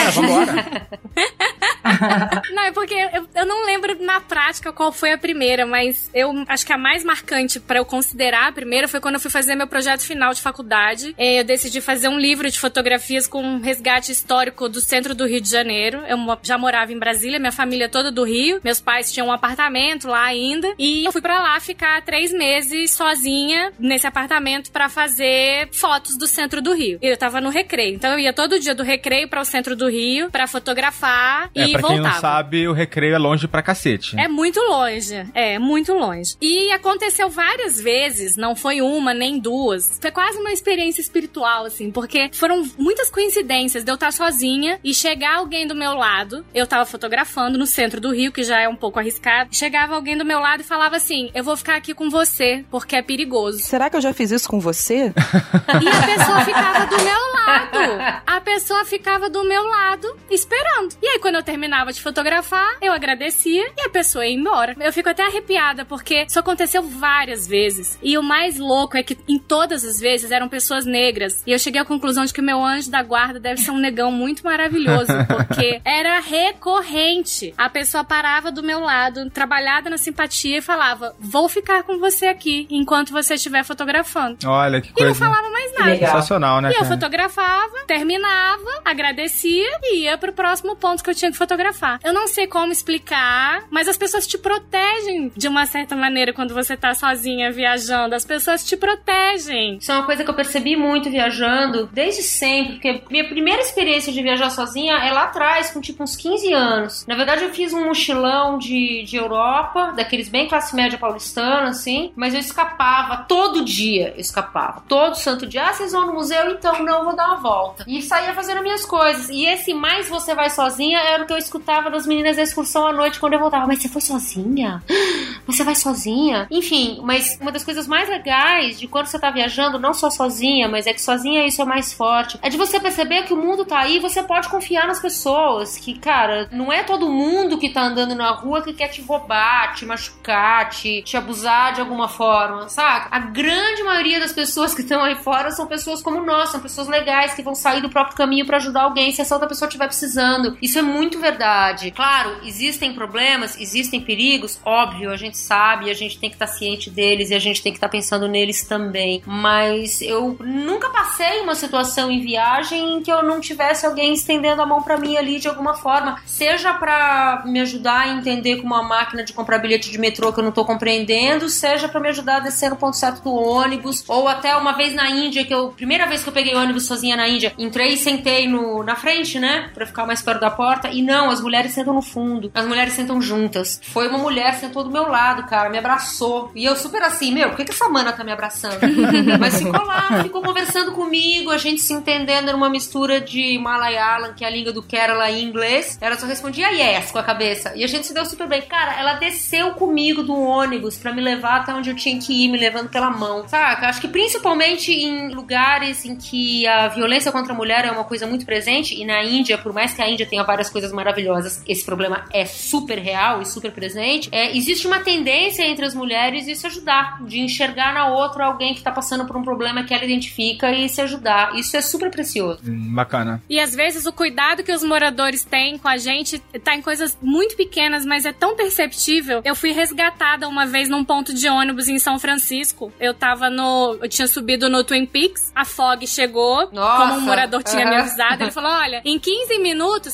Não, é porque eu não lembro na prática qual foi a primeira, mas eu acho que a mais marcante pra eu considerar a primeira foi quando eu fui fazer meu projeto final de faculdade. Eu decidi fazer um livro de fotografias com um resgate histórico do centro do Rio de Janeiro. Eu já morava em Brasília, minha família toda do Rio. Meus pais tinham um apartamento lá ainda. E eu fui pra lá ficar 3 meses sozinha nesse apartamento pra fazer fotos do centro do Rio. Eu tava no Recreio. Então eu ia todo dia do Recreio para o centro do Rio pra fotografar e pra voltava. Quem não sabe, o Recreio é longe pra cacete. É muito longe. Muito longe. E aconteceu várias vezes, não foi uma nem duas. Foi quase uma experiência espiritual, assim, porque foram muitas coincidências de eu estar sozinha e chegar alguém do meu lado. Eu tava fotografando no centro do Rio, que já é um pouco arriscado. Chegava alguém do meu lado e falava assim: eu vou ficar aqui com você, porque é perigoso. Será que eu já fiz isso com você? E a pessoa ficava do meu lado. A pessoa ficava do meu lado esperando. E aí, quando eu terminava de fotografar, eu agradecia e a pessoa ia embora. Eu fico até arrepiada, porque isso aconteceu várias vezes. E o mais louco é que em todas as vezes eram pessoas negras. E eu cheguei à conclusão de que o meu anjo da guarda deve ser um negão muito maravilhoso, porque era recorrente. A pessoa parava do meu lado, trabalhada na simpatia, e falava: vou ficar com você aqui enquanto você estiver fotografando. Olha que coisa. E não falava mais nada. Sensacional, né? E eu fotografava, terminava, agradecia e ia pro próximo ponto que eu tinha que fotografar. Eu não sei como explicar, mas as pessoas te protegem de uma certa maneira quando você tá sozinha viajando. As pessoas te protegem. Isso é uma coisa que eu percebi muito viajando, desde sempre, porque minha primeira experiência de viajar sozinha é lá atrás, com tipo uns 15 anos. Na verdade, eu fiz um mochilão de Europa, daqueles bem classe média paulistana, assim, mas eu escapava todo dia. Eu escapava. Todo santo dia. Vocês vão no museu? Então, não, vou dar uma volta. E saía fazendo minhas coisas. E esse mais você vai sozinha era o que eu escutava das meninas da excursão à noite quando eu voltava. Mas você foi sozinha? Você vai sozinha? Enfim, mas uma das coisas mais legais de quando você tá viajando, não só sozinha, mas é que sozinha isso é mais forte, é de você perceber que o mundo tá aí e você pode confiar nas pessoas. Que, cara, não é todo mundo que tá andando na rua que quer te roubar, te machucar, te abusar de alguma forma, saca? A grande maioria das pessoas que estão aí fora são pessoas como nós, são pessoas legais que vão sair do próprio caminho pra ajudar alguém se essa outra pessoa estiver precisando. Isso é muito verdade. Claro, existem problemas, existem perigos, óbvio, a gente sabe, a gente tem que estar ciente deles e a gente tem que estar pensando neles também. Mas eu nunca passei uma situação em viagem em que eu não tivesse alguém estendendo a mão pra mim ali de alguma forma, seja pra me ajudar a entender como uma máquina de comprar bilhete de metrô que eu não tô compreendendo, seja pra me ajudar a descer no ponto certo do ônibus, ou até uma vez na Índia, primeira vez que eu peguei ônibus sozinha na Índia, entrei e sentei na frente, né, pra ficar mais perto da porta, e não, as mulheres sentam no fundo, as mulheres sentam juntas. Foi uma mulher, sentou do meu lado, cara, me abraçou, e eu super assim, por que essa mana tá me abraçando? Mas ficou lá, ficou conversando comigo, a gente se entendendo numa mistura de Malayalam, que é a língua do Kerala, em inglês. Ela só respondia yes com a cabeça, e a gente se deu super bem. Cara, ela desceu comigo do ônibus pra me levar até onde eu tinha que ir, me levando pela mão, saca? Acho que principalmente em lugares em que a violência contra a mulher é uma coisa muito presente, e na Índia, por mais que a Índia tenha várias coisas maravilhosas, esse problema é super real e super presente, existe uma tendência entre as mulheres de se ajudar, de enxergar na outra alguém que tá passando por um problema que ela identifica e se ajudar. Isso é super precioso. Bacana. E às vezes o cuidado que os moradores têm com a gente tá em coisas muito pequenas, mas é tão perceptível. Eu fui resgatada uma vez num ponto de ônibus em São Francisco. Eu tinha subido no Twin Peaks, a Fog chegou, como um morador tinha me avisado, ele falou, olha, em 15 minutos a Fog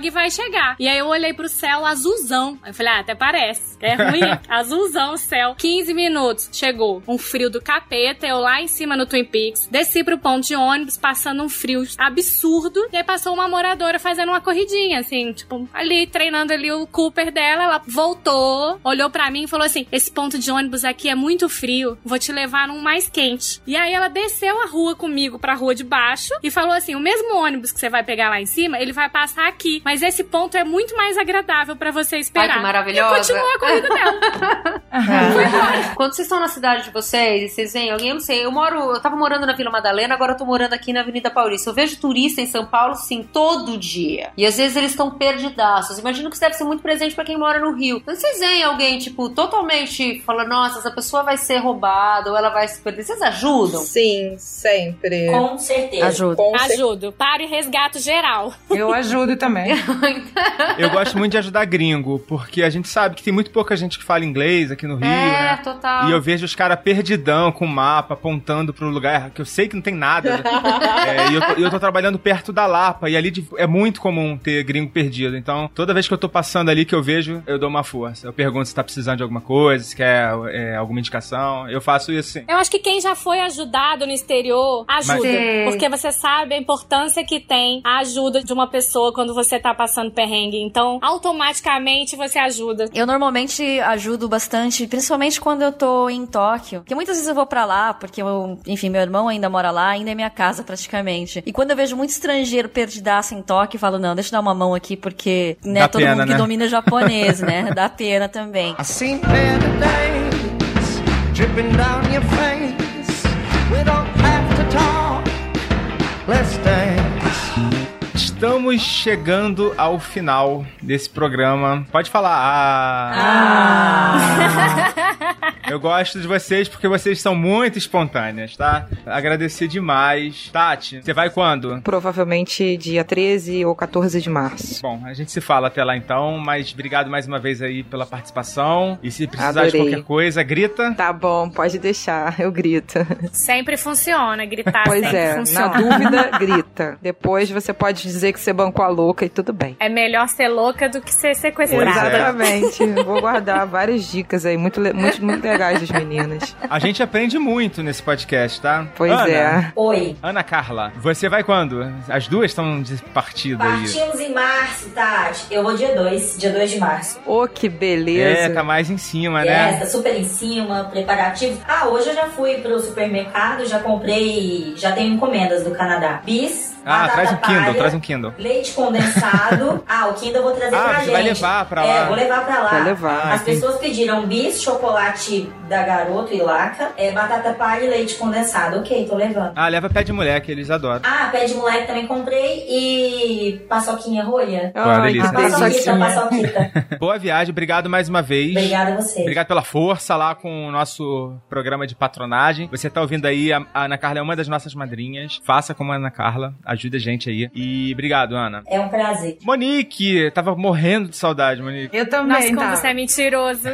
e vai chegar. E aí eu olhei pro céu azulzão. Aí eu falei, até parece. É ruim. Azulzão o céu. 15 minutos. Chegou um frio do capeta. Eu lá em cima no Twin Peaks. Desci pro ponto de ônibus, passando um frio absurdo. E aí passou uma moradora fazendo uma corridinha, assim, tipo, ali, treinando ali o Cooper dela. Ela voltou, olhou pra mim e falou assim, esse ponto de ônibus aqui é muito frio. Vou te levar num mais quente. E aí ela desceu a rua comigo pra rua de baixo e falou assim, o mesmo ônibus que você vai pegar lá em cima, ele vai passar aqui. Mas esse ponto é muito mais agradável pra você esperar. Ai, que maravilhosa. E continuou a corrida dela. Foi embora. Quando vocês estão na cidade de vocês, vocês veem alguém, eu não sei, eu tava morando na Vila Madalena, agora eu tô morando aqui na Avenida Paulista. Eu vejo turista em São Paulo, sim, todo dia. E às vezes eles estão perdidaços. Imagino que isso deve ser muito presente pra quem mora no Rio. Então vocês veem alguém, tipo, totalmente falando, nossa, essa pessoa vai ser roubada ou ela vai se perder. Vocês ajudam? Sim, sempre. Com certeza. Ajudo. Paro e resgato geral. Eu ajudo também. Eu gosto muito de ajudar gringo, porque a gente sabe que tem muito pouca gente que fala inglês aqui no Rio, né? Total. E eu vejo os caras perdidão com o mapa, apontando pro lugar que eu sei que não tem nada. E eu tô trabalhando perto da Lapa, e ali é muito comum ter gringo perdido. Então, toda vez que eu tô passando ali, que eu vejo, eu dou uma força. Eu pergunto se tá precisando de alguma coisa, se quer alguma indicação. Eu faço isso, sim. Eu acho que quem já foi ajudado no exterior, ajuda. Porque você sabe a importância que tem a ajuda de uma pessoa quando você tá passando perrengue. Então, automaticamente você ajuda. Eu normalmente ajudo bastante, principalmente quando eu tô em Tóquio. Porque muitas vezes eu vou pra lá, porque enfim, meu irmão ainda mora lá, ainda é minha casa praticamente. E quando eu vejo muito estrangeiro perdidaço em Tóquio, eu falo, não, deixa eu dar uma mão aqui, porque, né, dá todo pena, mundo que né? domina japonês, né? Dá pena também. I seen better days dripping down your face. We don't have to talk, let's dance. Estamos chegando ao final desse programa. Pode falar. Eu gosto de vocês porque vocês são muito espontâneas, tá? Agradecer demais. Tati, você vai quando? Provavelmente dia 13 ou 14 de março. Bom, a gente se fala até lá então, mas obrigado mais uma vez aí pela participação. E se precisar de qualquer coisa, grita. Tá bom, pode deixar, eu grito. Sempre funciona, gritar Pois sempre funciona. Na dúvida, grita. Depois você pode dizer que você bancou a louca e tudo bem. É melhor ser louca do que ser sequestrada. Exatamente. Vou guardar várias dicas aí, muito legais das meninas. A gente aprende muito nesse podcast, tá? Pois Ana, é. Oi. Ana Carla, você vai quando? As duas estão de partida aí. Partimos em março, Tati. Eu vou dia 2 de março. Ô, que beleza. Tá mais em cima, né? Tá super em cima, preparativos. Hoje eu já fui pro supermercado, já comprei, já tenho encomendas do Canadá. Bis, traz um Kindle, palha, traz um Kindle. leite condensado. O Kindle eu vou trazer pra gente. Vai levar pra lá. Vou levar pra lá. Vai levar. As pessoas pediram bis, chocolate da Garoto e Laca, batata palha e leite condensado. Ok, tô levando. Leva pé de mulher, que eles adoram. Pé de moleque também comprei e paçoquinha rolha. Delícia. Paçoquita. Boa viagem, obrigado mais uma vez. Obrigada a você. Obrigado pela força lá com o nosso programa de patronagem. Você tá ouvindo aí, a Ana Carla é uma das nossas madrinhas. Faça como a Ana Carla, ajuda a gente aí. E obrigado, Ana. É um prazer. Monique, tava morrendo de saudade, Monique. Eu também, Nossa, como você é mentiroso.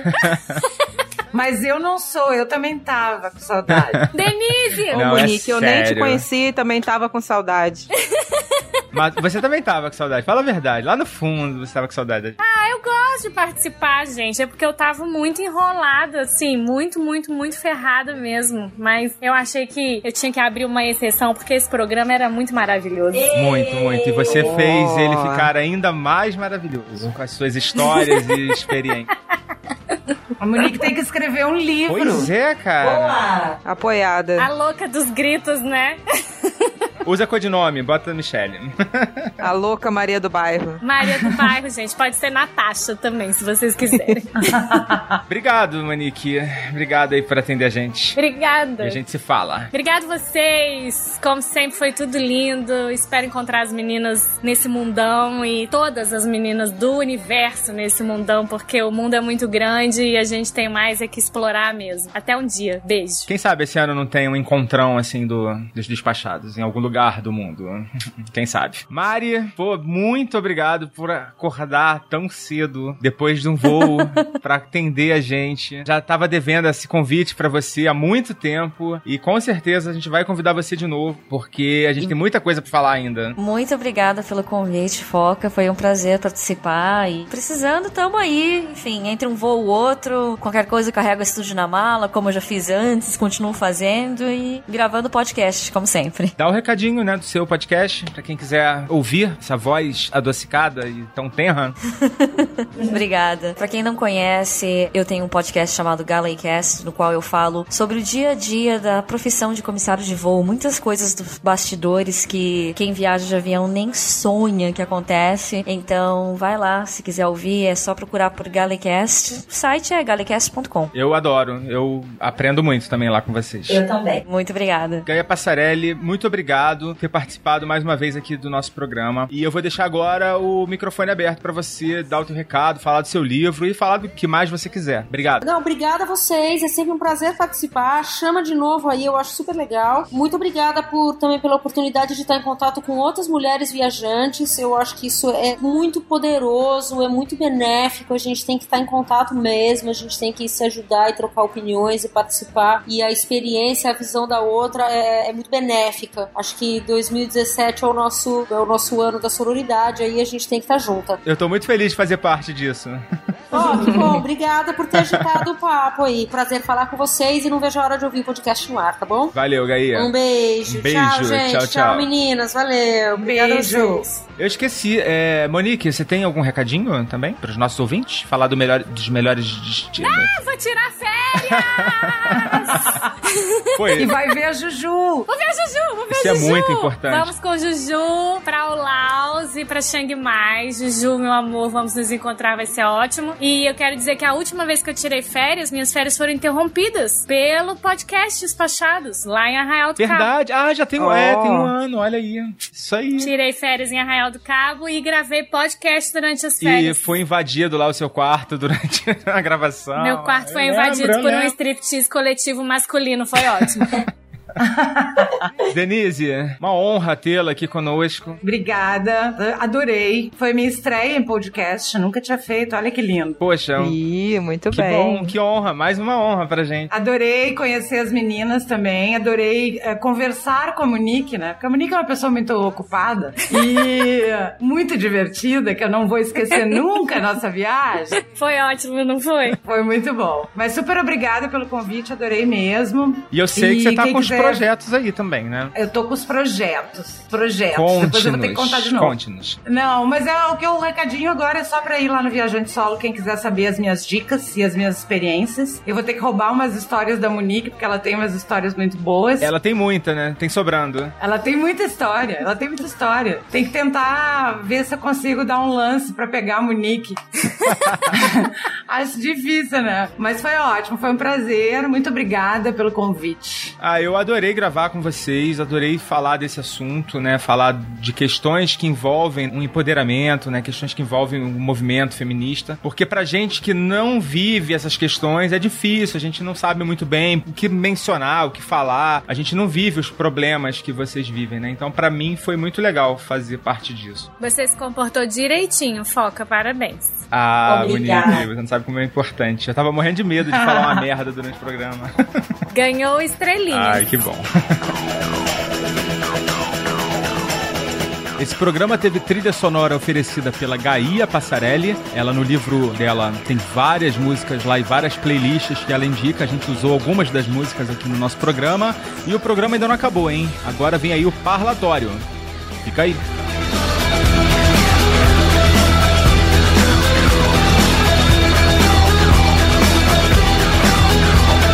Mas eu não sou, eu também tava com saudade. Denise! Ô, Não, Monique, eu nem te sério. conheci e também tava com saudade. Mas você também tava com saudade. Fala a verdade. Lá no fundo você tava com saudade. Eu gosto de participar, gente. É porque eu tava muito enrolada, assim, muito ferrada mesmo. Mas eu achei que eu tinha que abrir uma exceção, porque esse programa era muito maravilhoso. Muito. E você fez ele ficar ainda mais maravilhoso com as suas histórias e experiências. A Monique tem que escrever um livro. Pois é, cara. Boa! Apoiada. A louca dos gritos, né? Usa codinome, bota Michelle. A louca Maria do Bairro. Maria do Bairro, gente. Pode ser Natasha também, se vocês quiserem. Obrigado, Monique. Obrigado aí por atender a gente. Obrigada. E a gente se fala. Obrigado vocês. Como sempre, foi tudo lindo. Espero encontrar as meninas nesse mundão e todas as meninas do universo nesse mundão, porque o mundo é muito grande e a gente tem mais que explorar mesmo. Até um dia. Beijo. Quem sabe esse ano não tem um encontrão, assim, dos despachados em algum lugar lugar do mundo. Quem sabe? Mari, pô, muito obrigado por acordar tão cedo depois de um voo pra atender a gente. Já tava devendo esse convite pra você há muito tempo e com certeza a gente vai convidar você de novo, porque a gente tem muita coisa pra falar ainda. Muito obrigada pelo convite, Foca. Foi um prazer participar e precisando, tamo aí. Enfim, entre um voo ou outro, qualquer coisa eu carrego o estúdio na mala, como eu já fiz antes, continuo fazendo e gravando podcast, como sempre. Dá o recadinho, né, do seu podcast, pra quem quiser ouvir essa voz adocicada e tão tenra. Obrigada. Pra quem não conhece, eu tenho um podcast chamado Galleycast, no qual eu falo sobre o dia a dia da profissão de comissário de voo, muitas coisas dos bastidores que quem viaja de avião nem sonha que acontece. Então, vai lá, se quiser ouvir, é só procurar por Galleycast. O site é galleycast.com. Eu adoro, eu aprendo muito também lá com vocês. Eu também. Muito obrigada. Gaia Passarelli, muito obrigado por ter participado mais uma vez aqui do nosso programa. E eu vou deixar agora o microfone aberto pra você dar o teu recado, falar do seu livro e falar do que mais você quiser. Obrigado. Não, obrigada a vocês, é sempre um prazer participar. Chama de novo aí, eu acho super legal. Muito obrigada também pela oportunidade de estar em contato com outras mulheres viajantes. Eu acho que isso é muito poderoso, é muito benéfico. A gente tem que estar em contato mesmo, a gente tem que se ajudar e trocar opiniões e participar. E a experiência, a visão da outra é muito benéfica. Acho que 2017 é o nosso ano da sororidade, aí a gente tem que estar junta. Eu tô muito feliz de fazer parte disso. Que bom, obrigada por ter agitado o papo aí. Prazer falar com vocês e não vejo a hora de ouvir o podcast no ar, tá bom? Valeu, Gaia. Um beijo. Tchau, gente. Tchau, meninas. Valeu. Obrigada a vocês. Eu esqueci, Monique, você tem algum recadinho também para os nossos ouvintes? Falar dos melhores destinos? Vou tirar férias! E vai ver a Juju. Vou ver a Juju. Isso é muito importante. Vamos com Juju pra o Laos e pra Chiang Mai. Juju, meu amor, vamos nos encontrar, vai ser ótimo. E eu quero dizer que a última vez que eu tirei férias, minhas férias foram interrompidas pelo podcast Despachados, lá em Arraial do Cabo. Verdade. Já tem, tem um ano, olha aí. Isso aí. Tirei férias em Arraial do Cabo e gravei podcast durante as férias. E foi invadido lá o seu quarto durante a gravação. Meu quarto foi invadido por um striptease coletivo masculino, foi ótimo. Denise, uma honra tê-la aqui conosco. Obrigada, adorei. Foi minha estreia em podcast, nunca tinha feito, olha que lindo. Poxa, muito que bem. Bom, que honra, mais uma honra pra gente. Adorei conhecer as meninas também, adorei conversar com a Monique, né? Porque a Monique é uma pessoa muito ocupada e muito divertida, que eu não vou esquecer nunca a nossa viagem. Foi ótimo, não foi? Foi muito bom. Mas super obrigada pelo convite, adorei mesmo. E eu sei que você tá com os projetos aí também, né? Eu tô com os projetos. Depois eu vou ter que contar de novo. Conte-nos. Não, mas o recadinho agora é só pra ir lá no Viajante Solo, quem quiser saber as minhas dicas e as minhas experiências. Eu vou ter que roubar umas histórias da Monique, porque ela tem umas histórias muito boas. Ela tem muita, né? Tem sobrando. Ela tem muita história. Tem que tentar ver se eu consigo dar um lance pra pegar a Monique. Acho difícil, né? Mas foi ótimo, foi um prazer. Muito obrigada pelo convite. Eu adorei gravar com vocês, adorei falar desse assunto, né? Falar de questões que envolvem um empoderamento, né? Questões que envolvem o movimento feminista. Porque pra gente que não vive essas questões é difícil, a gente não sabe muito bem o que mencionar, o que falar. A gente não vive os problemas que vocês vivem, né? Então, pra mim, foi muito legal fazer parte disso. Você se comportou direitinho, Foca, parabéns. Obrigada. Monique, você não sabe como é importante. Eu tava morrendo de medo de falar uma merda durante o programa. Ganhou estrelinha. Ai, que bom. Esse programa teve trilha sonora oferecida pela Gaia Passarelli. Ela, no livro dela, tem várias músicas lá e várias playlists que ela indica. A gente usou algumas das músicas aqui no nosso programa. E o programa ainda não acabou, hein? Agora vem aí o parlatório. Fica aí.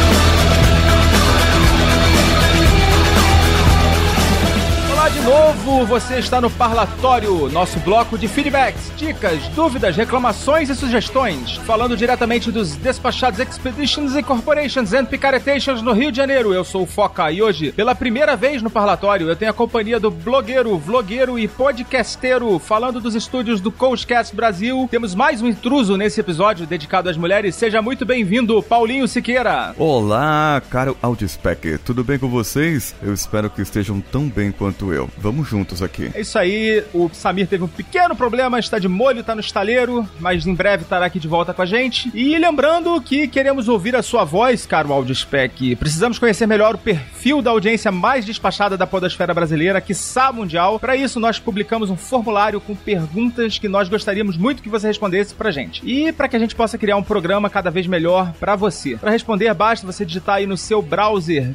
De novo, você está no Parlatório, nosso bloco de feedbacks, dicas, dúvidas, reclamações e sugestões, falando diretamente dos despachados Expeditions e Corporations and Picaretations no Rio de Janeiro. Eu sou o Foca e hoje, pela primeira vez no Parlatório, eu tenho a companhia do blogueiro, vlogueiro e podcasteiro, falando dos estúdios do Coachcast Brasil. Temos mais um intruso nesse episódio dedicado às mulheres. Seja muito bem-vindo, Paulinho Siqueira. Olá, caro Audispec, tudo bem com vocês? Eu espero que estejam tão bem quanto eu. Vamos juntos aqui. É isso aí, o Samir teve um pequeno problema, está de molho, está no estaleiro, mas em breve estará aqui de volta com a gente. E lembrando que queremos ouvir a sua voz, caro Audispec. Precisamos conhecer melhor o perfil da audiência mais despachada da podosfera brasileira, quiçá mundial. Para isso, nós publicamos um formulário com perguntas que nós gostaríamos muito que você respondesse pra gente. E para que a gente possa criar um programa cada vez melhor para você. Para responder, basta você digitar aí no seu browser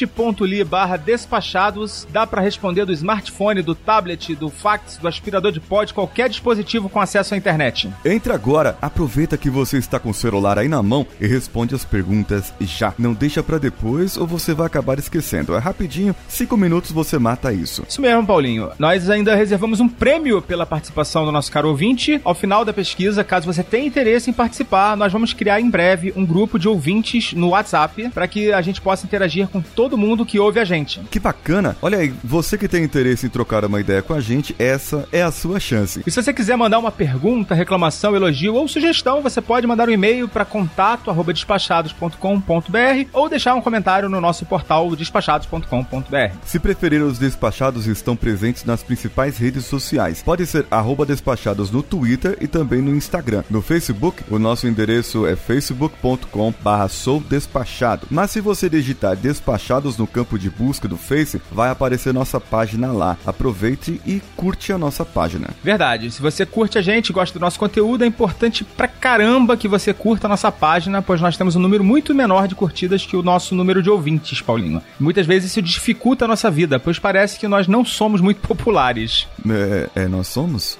bit.ly/despachados. Dá para responder do smartphone, do tablet, do fax, do aspirador de pó, de qualquer dispositivo com acesso à internet. Entre agora, aproveita que você está com o celular aí na mão e responde as perguntas já. Não deixa pra depois ou você vai acabar esquecendo. É rapidinho, 5 minutos você mata isso. Isso mesmo, Paulinho. Nós ainda reservamos um prêmio pela participação do nosso caro ouvinte. Ao final da pesquisa, caso você tenha interesse em participar, nós vamos criar em breve um grupo de ouvintes no WhatsApp para que a gente possa interagir com todo mundo que ouve a gente. Que bacana! Olha aí, você que tem interesse em trocar uma ideia com a gente, essa é a sua chance. E se você quiser mandar uma pergunta, reclamação, elogio ou sugestão, você pode mandar um e-mail para contato@despachados.com.br ou deixar um comentário no nosso portal despachados.com.br. Se preferir, os Despachados estão presentes nas principais redes sociais. Pode ser @despachados no Twitter e também no Instagram. No Facebook, o nosso endereço é facebook.com/soudespachado. Mas se você digitar Despachados no campo de busca do Face, vai aparecer nossa página lá. Aproveite e curte a nossa página. Verdade. Se você curte a gente, gosta do nosso conteúdo, é importante pra caramba que você curta a nossa página, pois nós temos um número muito menor de curtidas que o nosso número de ouvintes, Paulinho. Muitas vezes isso dificulta a nossa vida, pois parece que nós não somos muito populares. Nós somos?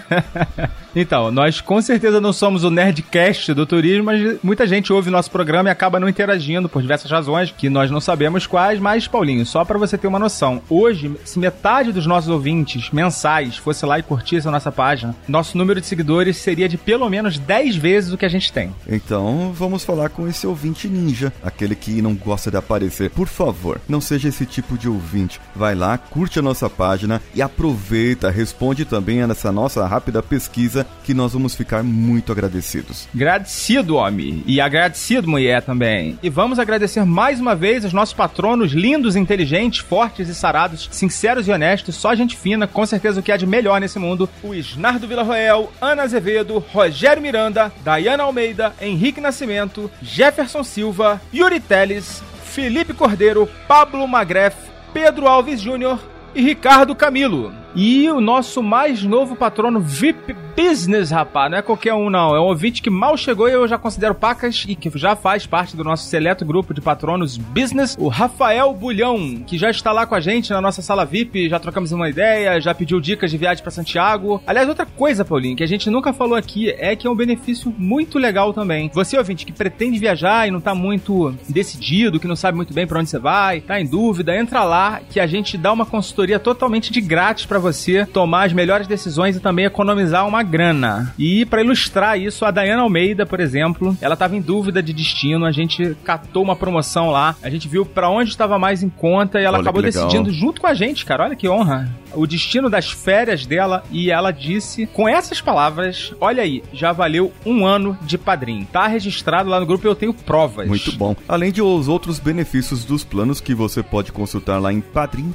Então, nós com certeza não somos o Nerdcast do turismo, mas muita gente ouve o nosso programa e acaba não interagindo por diversas razões, que nós não sabemos quais, mas, Paulinho, só pra você ter uma noção, hoje, se metade dos nossos ouvintes mensais fosse lá e curtisse a nossa página, nosso número de seguidores seria de pelo menos 10 vezes o que a gente tem. Então, vamos falar com esse ouvinte ninja, aquele que não gosta de aparecer. Por favor, não seja esse tipo de ouvinte. Vai lá, curte a nossa página e aproveita, responde também a essa nossa rápida pesquisa, que nós vamos ficar muito agradecidos. Agradecido, homem. E agradecido, mulher, também. E vamos agradecer mais uma vez aos nossos patronos lindos, inteligentes, fortes e sarados, sinceros e honestos, só gente fina, com certeza o que há de melhor nesse mundo. O Isnardo Villarroel, Ana Azevedo, Rogério Miranda, Dayana Almeida, Henrique Nascimento, Jefferson Silva, Yuri Teles, Felipe Cordeiro, Pablo Magref, Pedro Alves Júnior e Ricardo Camilo. E o nosso mais novo patrono VIP Business, rapaz, não é qualquer um não, é um ouvinte que mal chegou e eu já considero pacas e que já faz parte do nosso seleto grupo de patronos Business, o Rafael Bulhão, que já está lá com a gente na nossa sala VIP, já trocamos uma ideia, já pediu dicas de viagem para Santiago. Aliás, outra coisa, Paulinho, que a gente nunca falou aqui é que é um benefício muito legal também. Você, ouvinte, que pretende viajar e não tá muito decidido, que não sabe muito bem para onde você vai, tá em dúvida, entra lá que a gente dá uma consultoria totalmente de grátis para você tomar as melhores decisões e também economizar uma grana. E para ilustrar isso, a Dayana Almeida, por exemplo, ela estava em dúvida de destino, a gente catou uma promoção lá, a gente viu para onde estava mais em conta e ela acabou decidindo junto com a gente, cara, olha que honra, o destino das férias dela, e ela disse com essas palavras, olha aí, já valeu 1 ano de padrinho, tá registrado lá no grupo e eu tenho provas. Muito bom. Além de os outros benefícios dos planos que você pode consultar lá em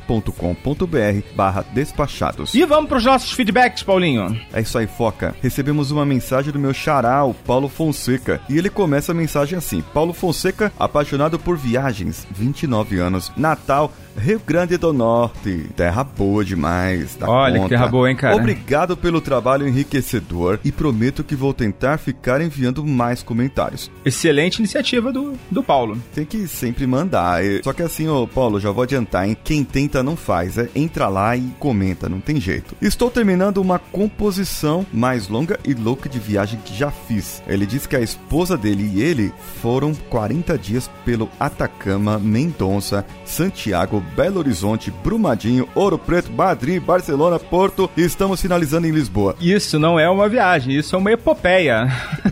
padrim.com.br/despachados. E vamos pros nossos feedbacks, Paulinho. É isso aí, Foca. Recebemos uma mensagem do meu xará, o Paulo Fonseca, e ele começa a mensagem assim: Paulo Fonseca, apaixonado por viagens, 29 anos, Natal, Rio Grande do Norte, terra boa demais. Olha que terra boa, hein, cara? Obrigado pelo trabalho enriquecedor e prometo que vou tentar ficar enviando mais comentários. Excelente iniciativa do Paulo. Tem que sempre mandar. Só que assim, ô Paulo, já vou adiantar, hein? Quem tenta não faz, entra lá e comenta, não tem jeito. Estou terminando uma composição mais longa e louca de viagem que já fiz. Ele diz que a esposa dele e ele foram 40 dias pelo Atacama, Mendonça, Santiago, Belo Horizonte, Brumadinho, Ouro Preto, Madrid, Barcelona, Porto e estamos finalizando em Lisboa. Isso não é uma viagem, isso é uma epopeia.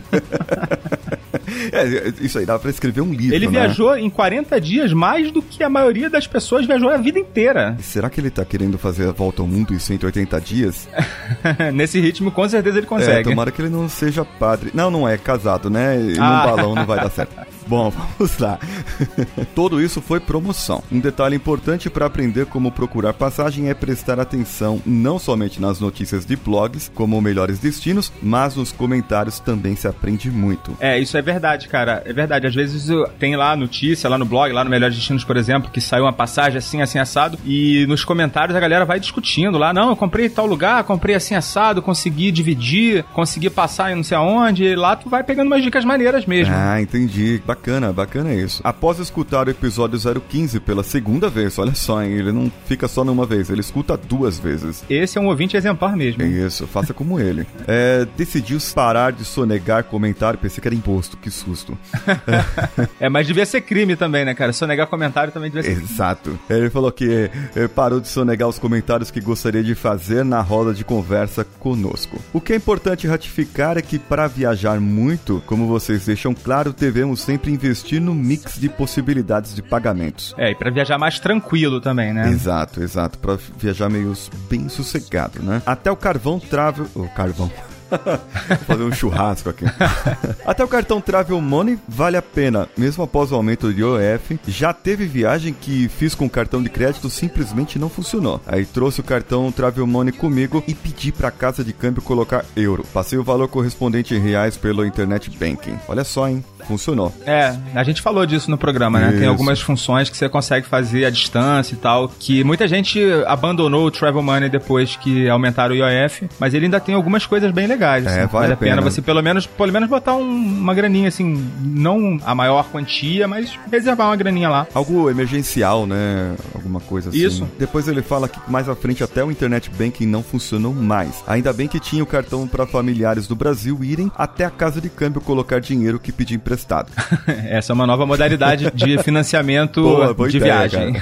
Isso aí dá pra escrever um livro, Ele viajou em 40 dias mais do que a maioria das pessoas viajou a vida inteira. E será que ele tá querendo fazer a volta ao mundo em 180 dias? Nesse ritmo, com certeza ele consegue. Tomara que ele não seja padre. Não é casado, né? E num balão não vai dar certo. Bom, vamos lá. Tudo isso foi promoção. Um detalhe importante para aprender como procurar passagem é prestar atenção não somente nas notícias de blogs, como melhores destinos, mas nos comentários também se aprende muito. Isso é verdade, cara. É verdade. Às vezes tem lá a notícia, lá no blog, lá no Melhores Destinos, por exemplo, que saiu uma passagem assim, assim, assado, e nos comentários a galera vai discutindo lá, não, eu comprei em tal lugar, comprei assim, assado, consegui dividir, consegui passar em não sei aonde, e lá tu vai pegando umas dicas maneiras mesmo. Entendi. Bacana isso. Após escutar o episódio 015 pela segunda vez, olha só, hein, ele não fica só numa vez, ele escuta 2 vezes. Esse é um ouvinte exemplar mesmo. Isso, faça como ele. Decidiu parar de sonegar comentário, pensei que era imposto, que susto. Mas devia ser crime também, né, cara? Sonegar comentário também devia ser. Exato. Ele falou que parou de sonegar os comentários que gostaria de fazer na roda de conversa conosco. O que é importante ratificar é que para viajar muito, como vocês deixam claro, devemos sempre investir no mix de possibilidades de pagamentos. E pra viajar mais tranquilo também, né? Exato. Pra viajar meio bem sossegado, né? Até o carvão Travel... Carvão... Vou fazer um churrasco aqui. Até o cartão Travel Money vale a pena, mesmo após o aumento do IOF. Já teve viagem que fiz com cartão de crédito, simplesmente não funcionou. Aí trouxe o cartão Travel Money comigo e pedi pra casa de câmbio colocar euro. Passei o valor correspondente em reais pelo Internet Banking. Olha só, hein? Funcionou. A gente falou disso no programa, né? Tem algumas funções que você consegue fazer à distância e tal, que muita gente abandonou o Travel Money depois que aumentaram o IOF, mas ele ainda tem algumas coisas bem legais. Assim, vale a pena você pelo menos botar uma graninha, assim, não a maior quantia, mas reservar uma graninha lá. Algo emergencial, né? Alguma coisa assim. Isso. Depois ele fala que mais à frente até o Internet Banking não funcionou mais. Ainda bem que tinha o cartão para familiares do Brasil irem até a casa de câmbio colocar dinheiro que pedi emprestado. Essa é uma nova modalidade de financiamento boa de ideia, viagem.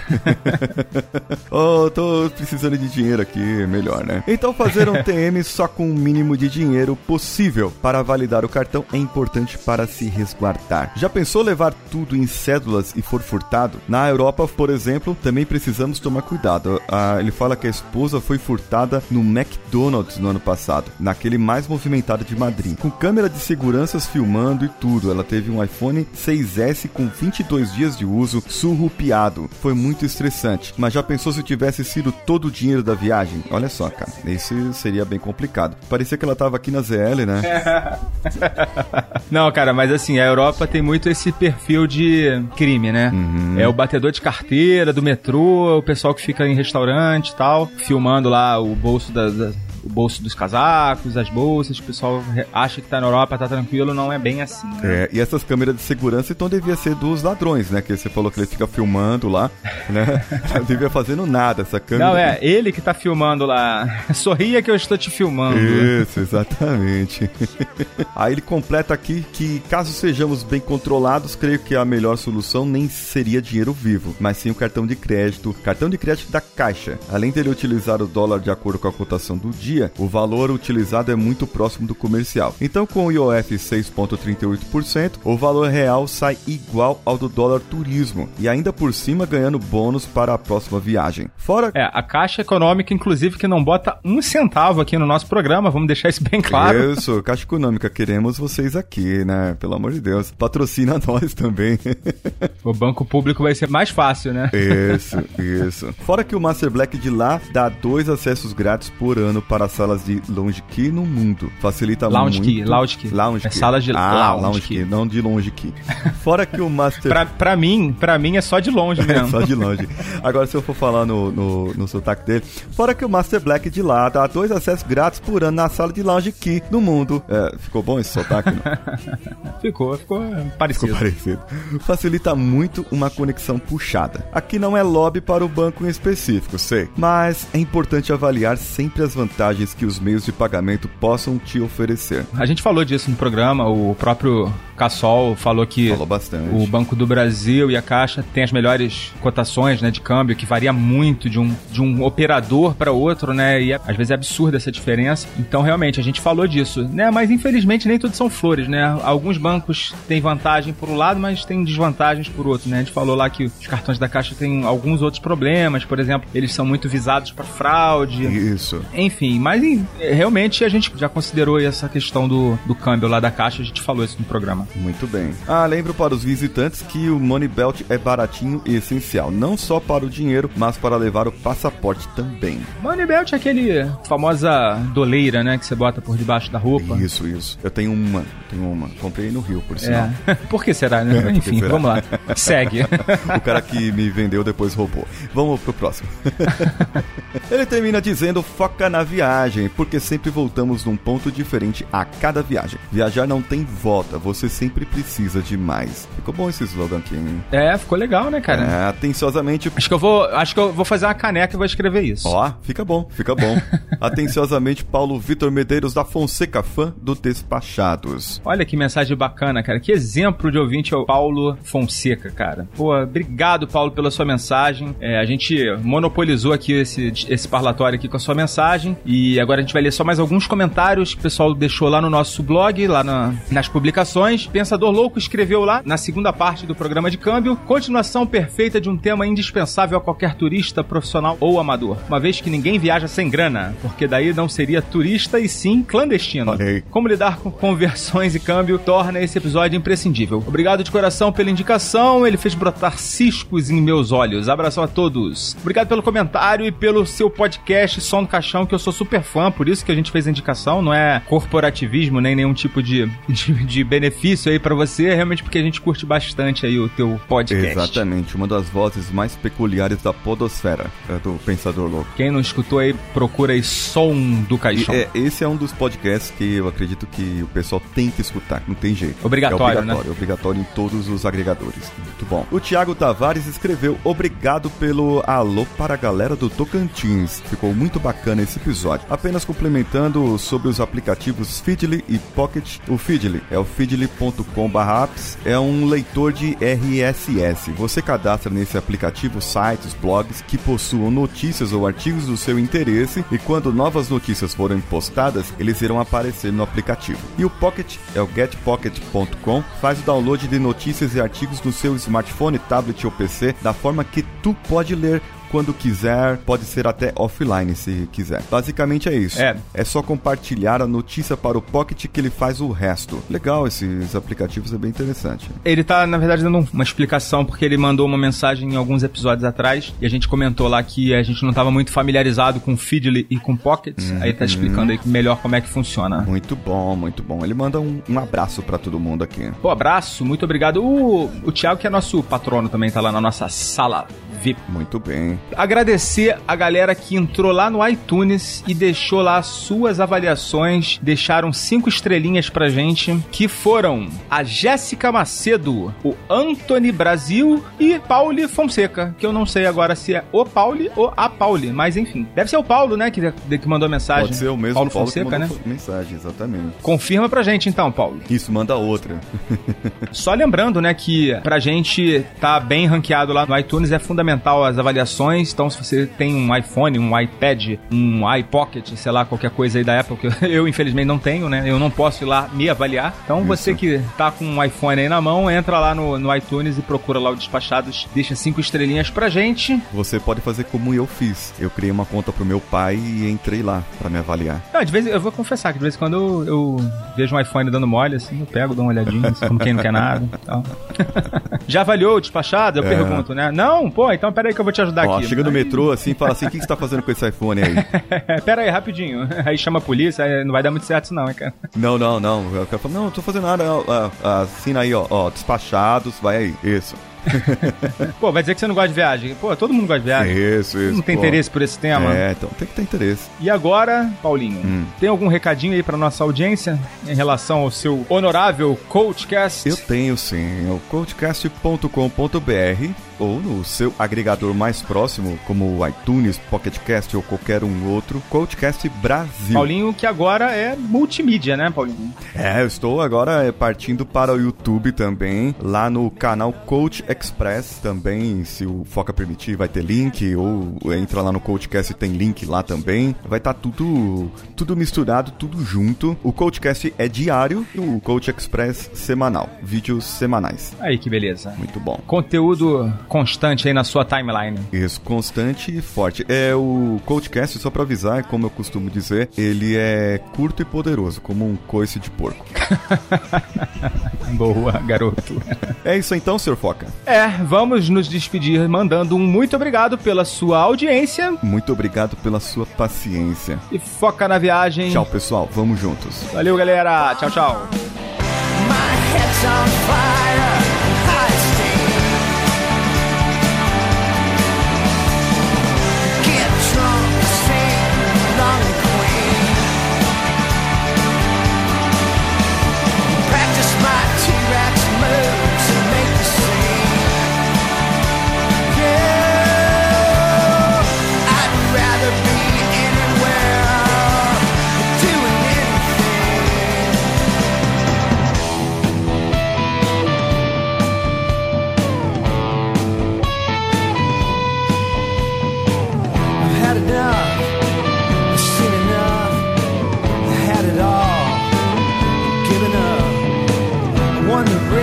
Tô precisando de dinheiro aqui, melhor, né? Então fazer um TM só com o mínimo de dinheiro possível para validar o cartão é importante para se resguardar. Já pensou levar tudo em cédulas e for furtado? Na Europa, por exemplo, também precisamos tomar cuidado. Ele fala que a esposa foi furtada no McDonald's no ano passado, naquele mais movimentado de Madrid, com câmera de seguranças filmando e tudo. Ela teve um iPhone 6S com 22 dias de uso, surrupiado. Foi muito estressante. Mas já pensou se tivesse sido todo o dinheiro da viagem? Olha só, cara, esse seria bem complicado. Parecia que ela tava aqui na ZL, né? Não, cara, mas assim, a Europa tem muito esse perfil de crime, né? É o batedor de carteira do metrô, o pessoal que fica em restaurante e tal, filmando lá o bolso o bolso dos casacos, as bolsas, o pessoal acha que tá na Europa, tá tranquilo, não é bem assim, né? E essas câmeras de segurança, então, devia ser dos ladrões, né? Que você falou que ele fica filmando lá, né? Não devia fazendo nada, essa câmera. Não, ele que tá filmando lá. Sorria que eu estou te filmando. Isso, exatamente. Aí ele completa aqui que, caso sejamos bem controlados, creio que a melhor solução nem seria dinheiro vivo, mas sim o cartão de crédito da Caixa. Além dele utilizar o dólar de acordo com a cotação do dia, o valor utilizado é muito próximo do comercial. Então, com o IOF 6,38%, o valor real sai igual ao do dólar turismo e ainda por cima ganhando bônus para a próxima viagem. Fora... a Caixa Econômica, inclusive, que não bota um centavo aqui no nosso programa, vamos deixar isso bem claro. Isso, Caixa Econômica, queremos vocês aqui, né? Pelo amor de Deus. Patrocina nós também. O banco público vai ser mais fácil, né? Isso. Fora que o Master Black de lá dá 2 acessos grátis por ano para as salas de Lounge Key no mundo. Facilita Lounge muito. Lounge Key. Salas de Lounge Key, não de Lounge Key. Fora que o Master... pra mim é só de longe mesmo. Só de longe. Agora, se eu for falar no sotaque dele, fora que o Master Black de lá dá 2 acessos grátis por ano na sala de Lounge Key no mundo. Ficou bom esse sotaque, não? Ficou parecido. Facilita muito uma conexão puxada. Aqui não é lobby para o banco em específico, sei. Mas é importante avaliar sempre as vantagens que os meios de pagamento possam te oferecer. A gente falou disso no programa, o próprio Cassol falou que falou bastante. O Banco do Brasil e a Caixa tem as melhores cotações, né, de câmbio, que varia muito de um operador para outro, né, e às vezes é absurda essa diferença. Então, realmente, a gente falou disso, né, mas infelizmente nem tudo são flores, né. Alguns bancos têm vantagem por um lado, mas têm desvantagens por outro, né. A gente falou lá que os cartões da Caixa têm alguns outros problemas, por exemplo, eles são muito visados para fraude. Isso. Enfim, mas realmente a gente já considerou essa questão do câmbio lá da Caixa, a gente falou isso no programa. Muito bem. Lembro para os visitantes que o Money Belt é baratinho e essencial, não só para o dinheiro, mas para levar o passaporte também. Money Belt é aquele famosa doleira, né, que você bota por debaixo da roupa. Isso. Eu tenho uma. Comprei no Rio, por sinal. Por que será, né? Enfim, será? Vamos lá. Segue. O cara que me vendeu depois roubou. Vamos pro próximo. Ele termina dizendo: foca na viagem, porque sempre voltamos num ponto diferente a cada viagem. Viajar não tem volta, você sempre precisa de mais. Ficou bom esse slogan aqui, hein? Ficou legal, né, cara? Atenciosamente... Acho que eu vou fazer uma caneca e vou escrever isso. Fica bom. Atenciosamente, Paulo Vitor Medeiros da Fonseca, fã do Despachados. Olha que mensagem bacana, cara. Que exemplo de ouvinte é o Paulo Fonseca, cara. Pô, obrigado, Paulo, pela sua mensagem. A gente monopolizou aqui esse parlatório aqui com a sua mensagem, e agora a gente vai ler só mais alguns comentários que o pessoal deixou lá no nosso blog, lá nas publicações. Pensador Louco escreveu lá, na segunda parte do programa de câmbio: continuação perfeita de um tema indispensável a qualquer turista, profissional ou amador, uma vez que ninguém viaja sem grana, porque daí não seria turista e sim clandestino. Como lidar com conversões e câmbio torna esse episódio imprescindível. Obrigado de coração pela indicação, ele fez brotar ciscos em meus olhos. Abração a todos. Obrigado pelo comentário e pelo seu podcast Som do Caixão, que eu sou super fã, por isso que a gente fez a indicação. Não é corporativismo nem nenhum tipo de benefício aí pra você, é realmente porque a gente curte bastante aí o teu podcast. Exatamente, uma das vozes mais peculiares da podosfera, do Pensador Louco. Quem não escutou aí, procura aí Som do Caixão. Esse é um dos podcasts que eu acredito que o pessoal tem que escutar, não tem jeito. Obrigatório, né? Obrigatório em todos os agregadores. Muito bom. O Thiago Tavares escreveu: obrigado pelo alô para a galera do Tocantins. Ficou muito bacana esse episódio. Apenas complementando sobre os aplicativos Feedly e Pocket. O Feedly é o feedly.com/apps, é um leitor de RSS. Você cadastra nesse aplicativo sites, blogs que possuam notícias ou artigos do seu interesse, e quando novas notícias forem postadas, eles irão aparecer no aplicativo. E o Pocket é o getpocket.com, faz o download de notícias e artigos no seu smartphone, tablet ou PC, da forma que tu pode ler quando quiser, pode ser até offline se quiser. Basicamente é isso. É só compartilhar a notícia para o Pocket que ele faz o resto. Legal, esses aplicativos, é bem interessante. Ele tá, na verdade, dando uma explicação, porque ele mandou uma mensagem em alguns episódios atrás, e a gente comentou lá que a gente não estava muito familiarizado com Feedly e com Pocket, aí tá explicando aí melhor como é que funciona. Muito bom, muito bom. Ele manda um abraço pra todo mundo aqui. Pô, abraço, muito obrigado. O Thiago, que é nosso patrono também, tá lá na nossa sala VIP. Muito bem. Agradecer a galera que entrou lá no iTunes e deixou lá suas avaliações, deixaram 5 estrelinhas pra gente, que foram a Jéssica Macedo, o Anthony Brasil e Pauli Fonseca, que eu não sei agora se é o Pauli ou a Pauli, mas enfim. Deve ser o Paulo, né, que mandou a mensagem. Pode ser o mesmo Paulo Fonseca, que mandou mensagem, exatamente. Confirma pra gente então, Paulo. Isso, manda outra. Só lembrando, né, que pra gente tá bem ranqueado lá no iTunes, é fundamental as avaliações. Então, se você tem um iPhone, um iPad, um iPocket, sei lá, qualquer coisa aí da Apple, que eu infelizmente não tenho, né? Eu não posso ir lá me avaliar. Então, isso. Você que tá com um iPhone aí na mão, entra lá no iTunes e procura lá o Despachados, deixa 5 estrelinhas pra gente. Você pode fazer como eu fiz. Eu criei uma conta pro meu pai e entrei lá pra me avaliar. Não, eu vou confessar que de vez em quando eu vejo um iPhone dando mole, assim, eu pego, dou uma olhadinha, assim, como quem não quer nada e tal. Já avaliou o Despachado? Eu pergunto, né? Não, pô, então peraí que eu vou te ajudar aqui. Chega no metrô assim, fala assim: o que você tá fazendo com esse iPhone aí? Pera aí, rapidinho. Aí chama a polícia, aí não vai dar muito certo isso não, hein, cara? Não. O cara fala: não tô fazendo nada. Assina aí, ó, Despachados, vai aí. Isso. Pô, vai dizer que você não gosta de viagem. Pô, todo mundo gosta de viagem. Isso. Não tem interesse por esse tema? Então tem que ter interesse. E agora, Paulinho, tem algum recadinho aí pra nossa audiência em relação ao seu honorável CoachCast? Eu tenho sim, é o coachcast.com.br ou no seu agregador mais próximo, como o iTunes, Pocket Cast ou qualquer um outro, CoachCast Brasil. Paulinho, que agora é multimídia, né, Paulinho? Eu estou agora partindo para o YouTube também, lá no canal Coach Express também, se o Foca permitir, vai ter link, ou entra lá no CoachCast e tem link lá também. Vai estar tudo misturado, tudo junto. O CoachCast é diário e o Coach Express semanal, vídeos semanais. Aí, que beleza. Muito bom. Conteúdo constante aí na sua timeline. Isso, constante e forte. O CoachCast, só pra avisar, como eu costumo dizer, ele é curto e poderoso, como um coice de porco. Boa, garoto. É isso então, Sr. Foca. Vamos nos despedir mandando um muito obrigado pela sua audiência. Muito obrigado pela sua paciência. E foca na viagem. Tchau, pessoal. Vamos juntos. Valeu, galera. Tchau, tchau. My head's on fire, high steam. Get drunk, sing, long queen. Practice my T-Rex moves and make the scene. Yeah, I'd rather be anywhere, doing anything. I've had enough, I've seen enough, I had it all, given up, I won the race.